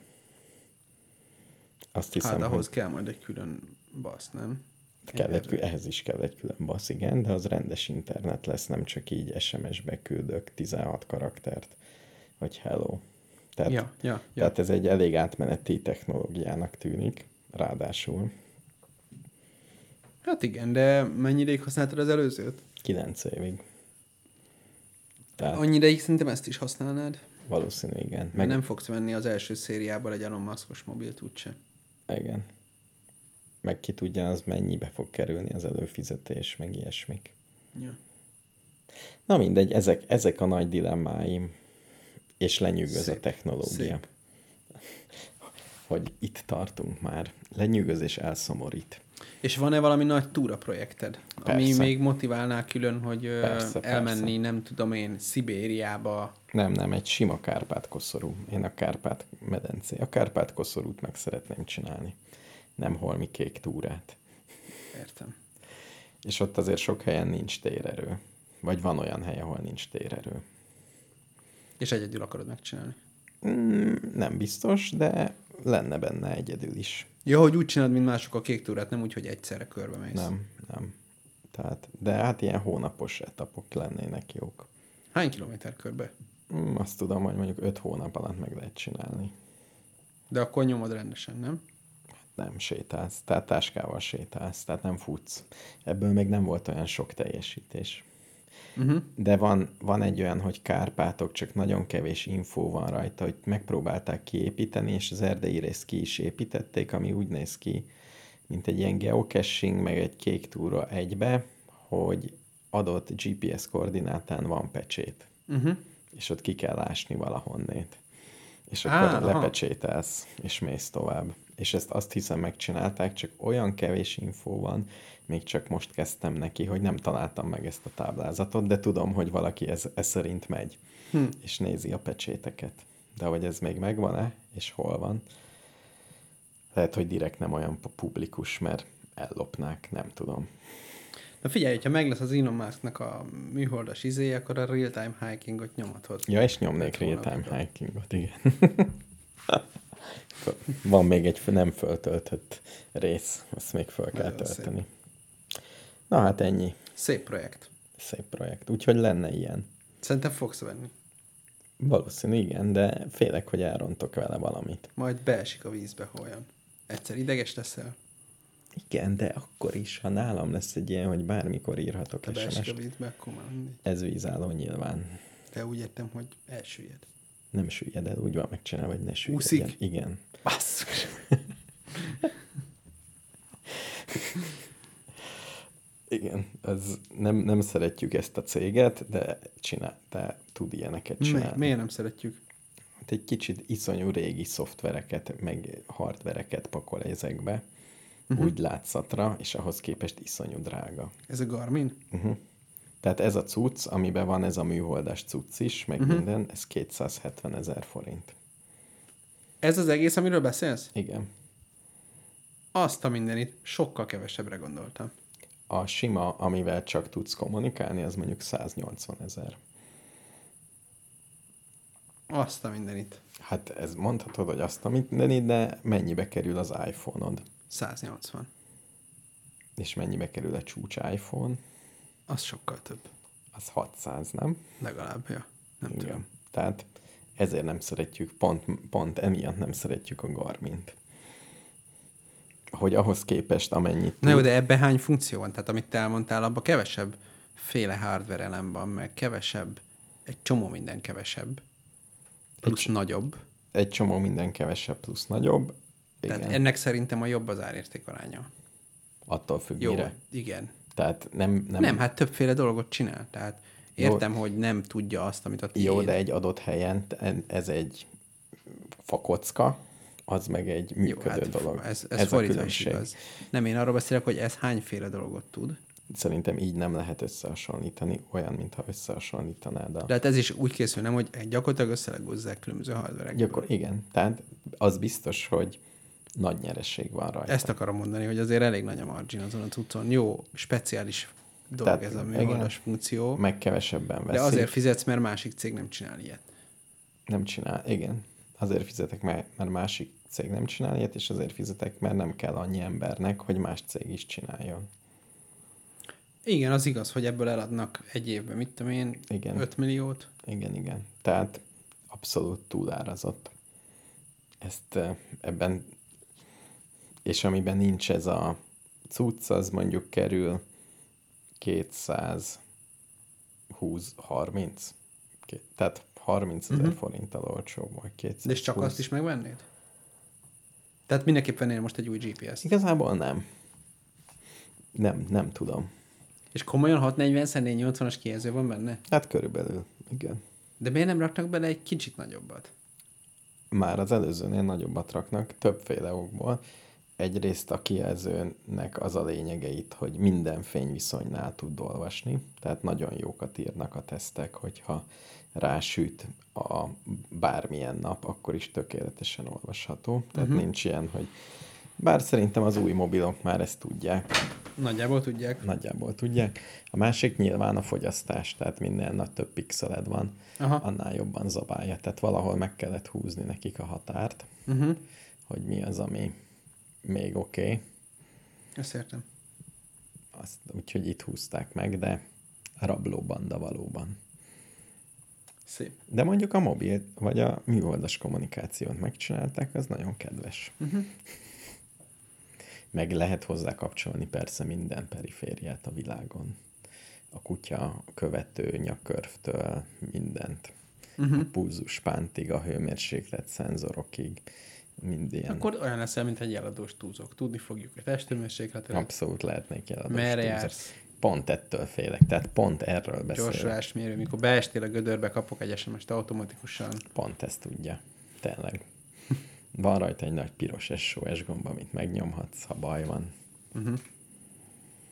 Azt hiszem, hát ahhoz kell majd egy külön basz, nem? Ehhez is kell egy külön basz, igen, de az rendes internet lesz, nem csak így SMS-be küldök 16 karaktert, vagy hello. Tehát ez egy elég átmeneti technológiának tűnik, ráadásul. Hát igen, de mennyi ideig használtad az előzőt? 9 évig. Tehát annyi ideig szerintem ezt is használnád? Valószínű, igen. Meg nem fogsz venni az első szériából egy Elon Musk-os mobilt úgyse. Igen. Meg ki tudja, az mennyibe fog kerülni az előfizetés, meg ilyesmik. Ja. Na mindegy, ezek a nagy dilemmáim, és lenyűgöz a technológia. Szép. Hogy itt tartunk már. Lenyűgöz és elszomorít. És van-e valami nagy túraprojekted, ami még motiválná külön, hogy elmenni, nem tudom én, Szibériába? Nem, egy sima Kárpát-koszorú. Én a Kárpát-medencé. A Kárpát-koszorút meg szeretném csinálni. Nem holmi kék túrát. Értem. És ott azért sok helyen nincs térerő. Vagy van olyan hely, ahol nincs térerő. És egyedül akarod megcsinálni? Nem biztos, de lenne benne egyedül is. Jó, hogy úgy csinálod, mint mások a kék túrát, nem úgy, hogy egyszerre körbe mész. Nem. Tehát, de hát ilyen hónapos etapok lennének jók. Hány kilométer körbe? Azt tudom, hogy mondjuk 5 hónap alatt meg lehet csinálni. De akkor nyomod rendesen, nem? Nem sétálsz, tehát táskával sétálsz, tehát nem futsz. Ebből még nem volt olyan sok teljesítés. De van egy olyan, hogy Kárpátok, csak nagyon kevés infó van rajta, hogy megpróbálták kiépíteni, és az erdei részt ki is építették, ami úgy néz ki, mint egy ilyen geocaching, meg egy kék túra egybe, hogy adott GPS koordinátán van pecsét. És ott ki kell ásni valahonnét. És akkor lepecsételsz, és mész tovább. És ezt azt hiszem megcsinálták, csak olyan kevés infó van, még csak most kezdtem neki, hogy nem találtam meg ezt a táblázatot, de tudom, hogy valaki ez szerint megy, és nézi a pecséteket. De hogy ez még megvan-e, és hol van, Lehet, hogy direkt nem olyan publikus, mert ellopnák, nem tudom. Na figyelj, hogyha meg lesz az Elon Musknak a műholdas izéje, akkor a real-time hikingot nyomhatod. Ja, és nyomnék Hát real-time hikingot, igen. Van még egy nem föltöltött rész, azt még föl kell Nagyon tölteni. szép. Na hát ennyi. Szép projekt. Szép projekt. Úgyhogy lenne ilyen. Szerintem fogsz venni. Valószínű, igen, de félek, hogy elrontok vele valamit. Majd beesik a vízbe, olyan. Egyszer ideges leszel, Igen, de akkor is, ha nálam lesz egy ilyen, hogy bármikor írhatok ha beesik a SMS-t, vízbe, akkor már mindegy. ez vízálló nyilván. De úgy értem, hogy elsüllyed. Nem süllyed el, úgy van megcsinálva, hogy ne süllyedjen. Úszik? Igen. Basszus! Igen, nem szeretjük ezt a céget, de tud ilyeneket csinálni. Miért nem szeretjük? Hát egy kicsit iszonyú régi szoftvereket, meg hardvereket pakol ezekbe, úgy látszatra, és ahhoz képest iszonyú drága. Ez a Garmin? Tehát ez a cucc, amiben van ez a műholdas cucc is, meg minden, ez 270 000 forint. Ez az egész, amiről beszélsz? Igen. Azt a mindenit sokkal kevesebbre gondoltam. A sima, amivel csak tudsz kommunikálni, az mondjuk 180 000. Azt a mindenit. Hát ez mondhatod, hogy azt a mindenit, de mennyibe kerül az iPhone-od? 180. És mennyibe kerül a csúcs iPhone? Az sokkal több. Az 600, nem? Legalább, ja. Nem Igen. tudom. Tehát ezért nem szeretjük, pont emiatt nem szeretjük a Garmint. Hogy ahhoz képest amennyit Na jó, de ebben hány funkció van? Tehát amit te elmondtál, abban kevesebb féle hardware elem van, meg kevesebb, egy csomó minden kevesebb, plusz nagyobb. egy csomó minden kevesebb plusz nagyobb. Igen. Tehát ennek szerintem a jobb az árérték aránya. Attól függ, Jó, mire. igen. Tehát nem... Nem, hát többféle dolgot csinál. Tehát értem, hogy nem tudja azt, amit a tiéd. Jó, de egy adott helyen ez egy fakocka, az meg egy működő dolog. Ez a fordítva is különbség. igaz. Nem, én arról beszélek, hogy ez hányféle dolgot tud. Szerintem így nem lehet összehasonlítani, olyan, mintha összehasonlítanád a... De hát ez is úgy készül, nem, hogy gyakorlatilag összelegozzák különböző hardware-ekből. Igen, tehát az biztos, hogy nagy nyereség van rajta. Ezt akarom mondani, hogy azért elég nagy a margin azon a cuccon. Jó, speciális dolog Tehát, ez a igen, műholdas funkció. meg kevesebben veszik. De azért fizetsz, mert másik cég nem csinál ilyet. Nem csinál, igen. Azért fizetek, mert másik cég nem csinál ilyet, és azért fizetek, mert nem kell annyi embernek, hogy más cég is csináljon. Igen, az igaz, hogy ebből eladnak egy évben, mit tudom én, Igen. 5 milliót. Igen. Tehát abszolút túlárazott. Ezt ebben, és amiben nincs ez a cucc, az mondjuk kerül 220-30. Tehát 30 000 forinttal olcsóbb, vagy 220. De és csak azt is megvennéd? Tehát mindenképp vennél most egy új GPS-t. Igazából nem. Nem tudom. És komolyan 640x480-as kijelző van benne? Hát körülbelül, igen. De miért nem raknak bele egy kicsit nagyobbat? Már az előzőnél nagyobbat raknak, többféle okból. Egyrészt a kijelzőnek az a lényege itt, hogy minden fényviszonynál tud olvasni, tehát nagyon jókat írnak a tesztek, hogyha rásüt a bármilyen nap, akkor is tökéletesen olvasható. Tehát nincs ilyen, hogy bár szerintem az új mobilok már ezt tudják. Nagyjából tudják. Nagyjából tudják. A másik nyilván a fogyasztás, tehát minél nagy több pixeled van, annál jobban zabálja. Tehát valahol meg kellett húzni nekik a határt, hogy mi az, ami még oké. Ezt értem. Úgyhogy itt húzták meg, de rablóbanda valóban. Szép. De mondjuk a mobil, vagy a műholdas kommunikációt megcsinálták, az nagyon kedves. Meg lehet hozzá kapcsolni persze minden perifériát a világon. A kutya, a követő, nyakörvtől, mindent. A pulzuspántig, a hőmérséklet szenzorokig, mind ilyen. Akkor olyan leszel, mint egy eladós túzok. Tudni fogjuk a testhőmérsékletet. Abszolút lehetnék eladós Merre túlzok. jársz? Pont ettől félek, tehát pont erről beszélek. Gyorsulásmérő. Mikor beestél a gödörbe, kapok egy SMS-t automatikusan. Pont ezt tudja. Tényleg. Van rajta egy nagy piros SOS gomb, amit megnyomhatsz, ha baj van.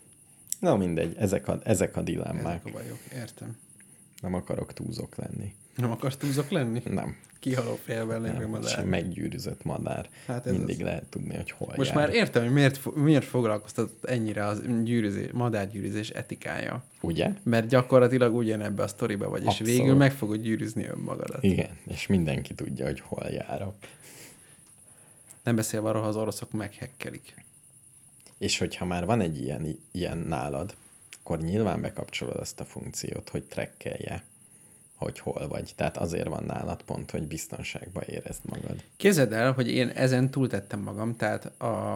Na mindegy, ezek a dilemmák. Ezek a bajok, értem. Nem akarok túlzok lenni. Nem akarsz túlzok lenni? Nem. Kihaló félben lévő Nem. És madár. meggyűrűzött madár. Hát ez Mindig az. lehet tudni, hogy hol Most jár. már értem, hogy miért foglalkoztatott ennyire az madárgyűrűzés etikája. Ugye? Mert gyakorlatilag ugyanebbe a sztoriba vagy, és Abszolút. végül meg fogod gyűrűzni önmagadat. Igen, és mindenki tudja, hogy hol járok. Nem beszélve arról, ha az oroszok meghekkelik. És hogyha már van egy ilyen nálad, akkor nyilván bekapcsolod azt a funkciót, hogy trekkelje, hogy hol vagy. Tehát azért van nálad pont, hogy biztonságban érezd magad. Képzeld el, hogy én ezen túltettem magam, tehát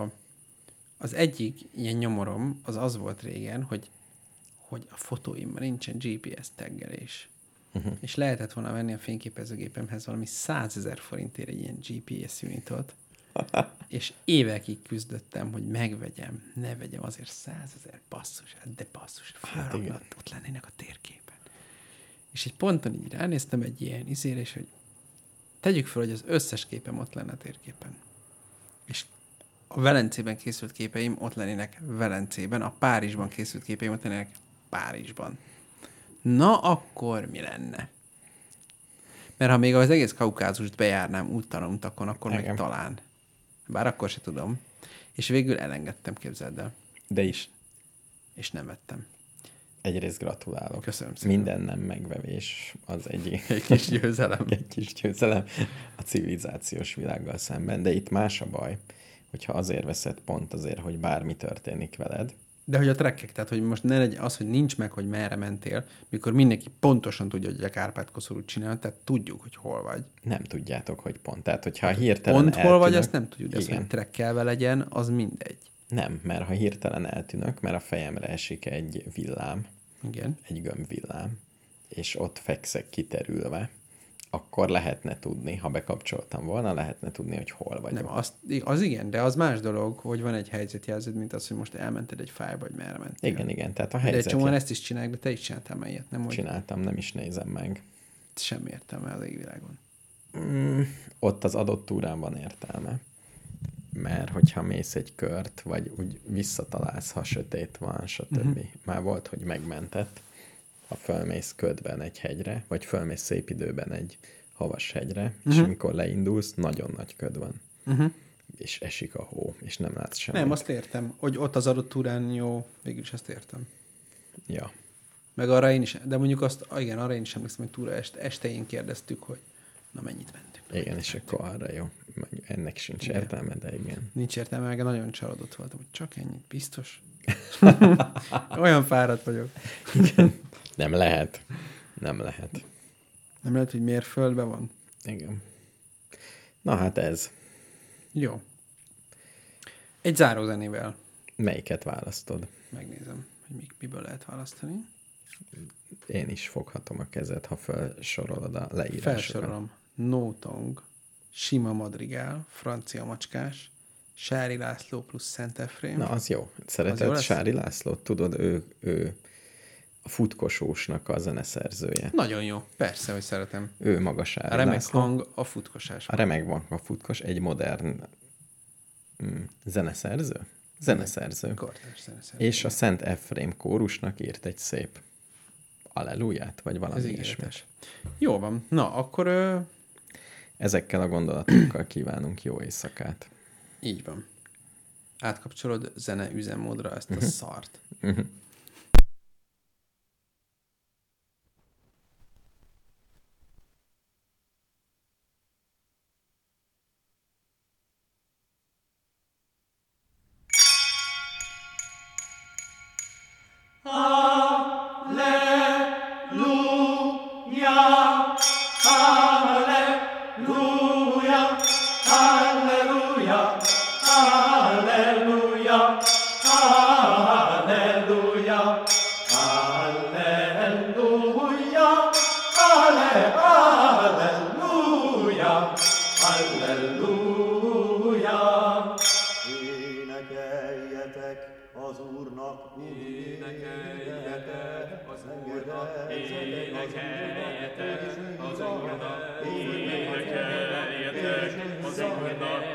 az egyik ilyen nyomorom az volt régen, hogy a fotóimban nincsen GPS taggelés. És lehetett volna venni a fényképezőgépemhez valami 100 000 forintért egy ilyen GPS unitot, és évekig küzdöttem, hogy megvegyem, ne vegyem, azért 100 000 basszus, de basszus, felraknak, ott lennének a térképen. És egy ponton így ránéztem egy ilyen izére, és hogy tegyük fel, hogy az összes képem ott lenne a térképen. És a Velencében készült képeim ott lennének Velencében, a Párizsban készült képeim ott lennének Párizsban. Na, akkor mi lenne? Mert ha még az egész Kaukázust bejárnám úttalan utakon, akkor meg talán. Bár akkor se tudom. És végül elengedtem, képzeld el. De is. És nem vettem. Egyrészt gratulálok. Köszönöm szépen. Minden nem megvevés az egy kis győzelem. egy kis győzelem a civilizációs világgal szemben, de itt más a baj, hogyha azért veszed pont azért, hogy bármi történik veled. De hogy a trekkek, tehát hogy most ne legyen az, hogy nincs meg, hogy merre mentél, mikor mindenki pontosan tudja, hogy a Kárpát-koszorút csinál, tehát tudjuk, hogy hol vagy. Nem tudjátok, hogy pont. Tehát, hogyha hirtelen pont hol vagy, eltűnök, azt nem tudjuk, de az, hogy trekkelve legyen, az mindegy. Nem, mert ha hirtelen eltűnök, mert a fejemre esik egy villám, igen, egy gömbvillám, és ott fekszek kiterülve, akkor lehetne tudni, ha bekapcsoltam volna, lehetne tudni, hogy hol vagyok. Nem, az igen, de az más dolog, hogy van egy helyzetjelződ, mint az, hogy most elmented egy fájba, vagy merre mentél. Igen, tehát a De egy helyzet... csomóan ezt is csinálják, de te is csináltál már ilyet, nem? Csináltam, nem is nézem meg. Semmi értelme az égvilágon. Ott az adott túrán van értelme. Mert hogyha mész egy kört, vagy úgy visszatalálsz, ha sötét van, stb. Már volt, hogy megmentett, ha fölmész ködben egy hegyre, vagy fölmész szép időben egy havas hegyre, és amikor leindulsz, nagyon nagy köd van. És esik a hó, és nem látsz semmit. Nem, azt értem, hogy ott az adott túrán jó, végülis azt értem. Ja. Meg arra én is, de mondjuk azt, igen, arra én is emlékszem, hogy túra estején kérdeztük, hogy na mennyit mentünk. Igen, és akkor arra jó. Ennek sincs értelme, de igen. Nincs értelme, meg nagyon csalódott voltam, hogy csak ennyit, biztos? Olyan fáradt vagyok. Igen. Nem lehet. Nem lehet. Nem lehet, hogy mérföldben van? Igen. Na hát ez. Jó. Egy zárózenével. Melyiket választod? Megnézem, hogy miből lehet választani. Én is foghatom a kezed, ha felsorolod a leírásokat. Felsorolom. No Tong, Sima Madrigál, Francia Macskás, Sári László plusz Szent Efrém. Na, az jó. Szereted Sári Lászlót? Tudod, ő a futkosósnak a zeneszerzője. Nagyon jó. Persze, hogy szeretem. Ő maga Sári A remek László. hang a futkosás. A remek hang a futkos, egy modern zeneszerző? Zeneszerző. Kortárs zeneszerző. És a Szent Efrém kórusnak írt egy szép alleluját, vagy valami Ez ilyesmi. ígéretes. Jó van. Na, akkor Ezekkel a gondolatokkal kívánunk jó éjszakát. így van. Átkapcsolod zene üzemmódra ezt a szart. Énekeljetek az Úrnak, énekeljetek az Úrnak, énekeljetek az Úrnak, énekeljetek az Úrnak,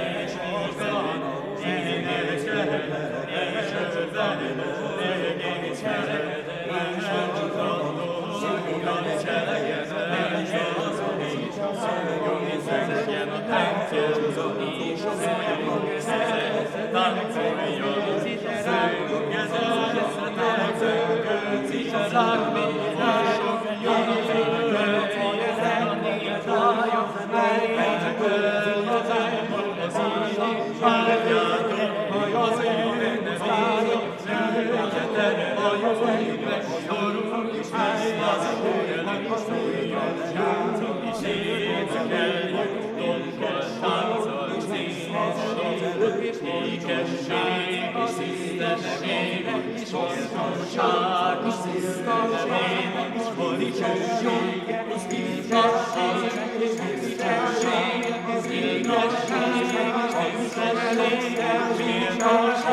énekeljetek az Úrnak, Igazság,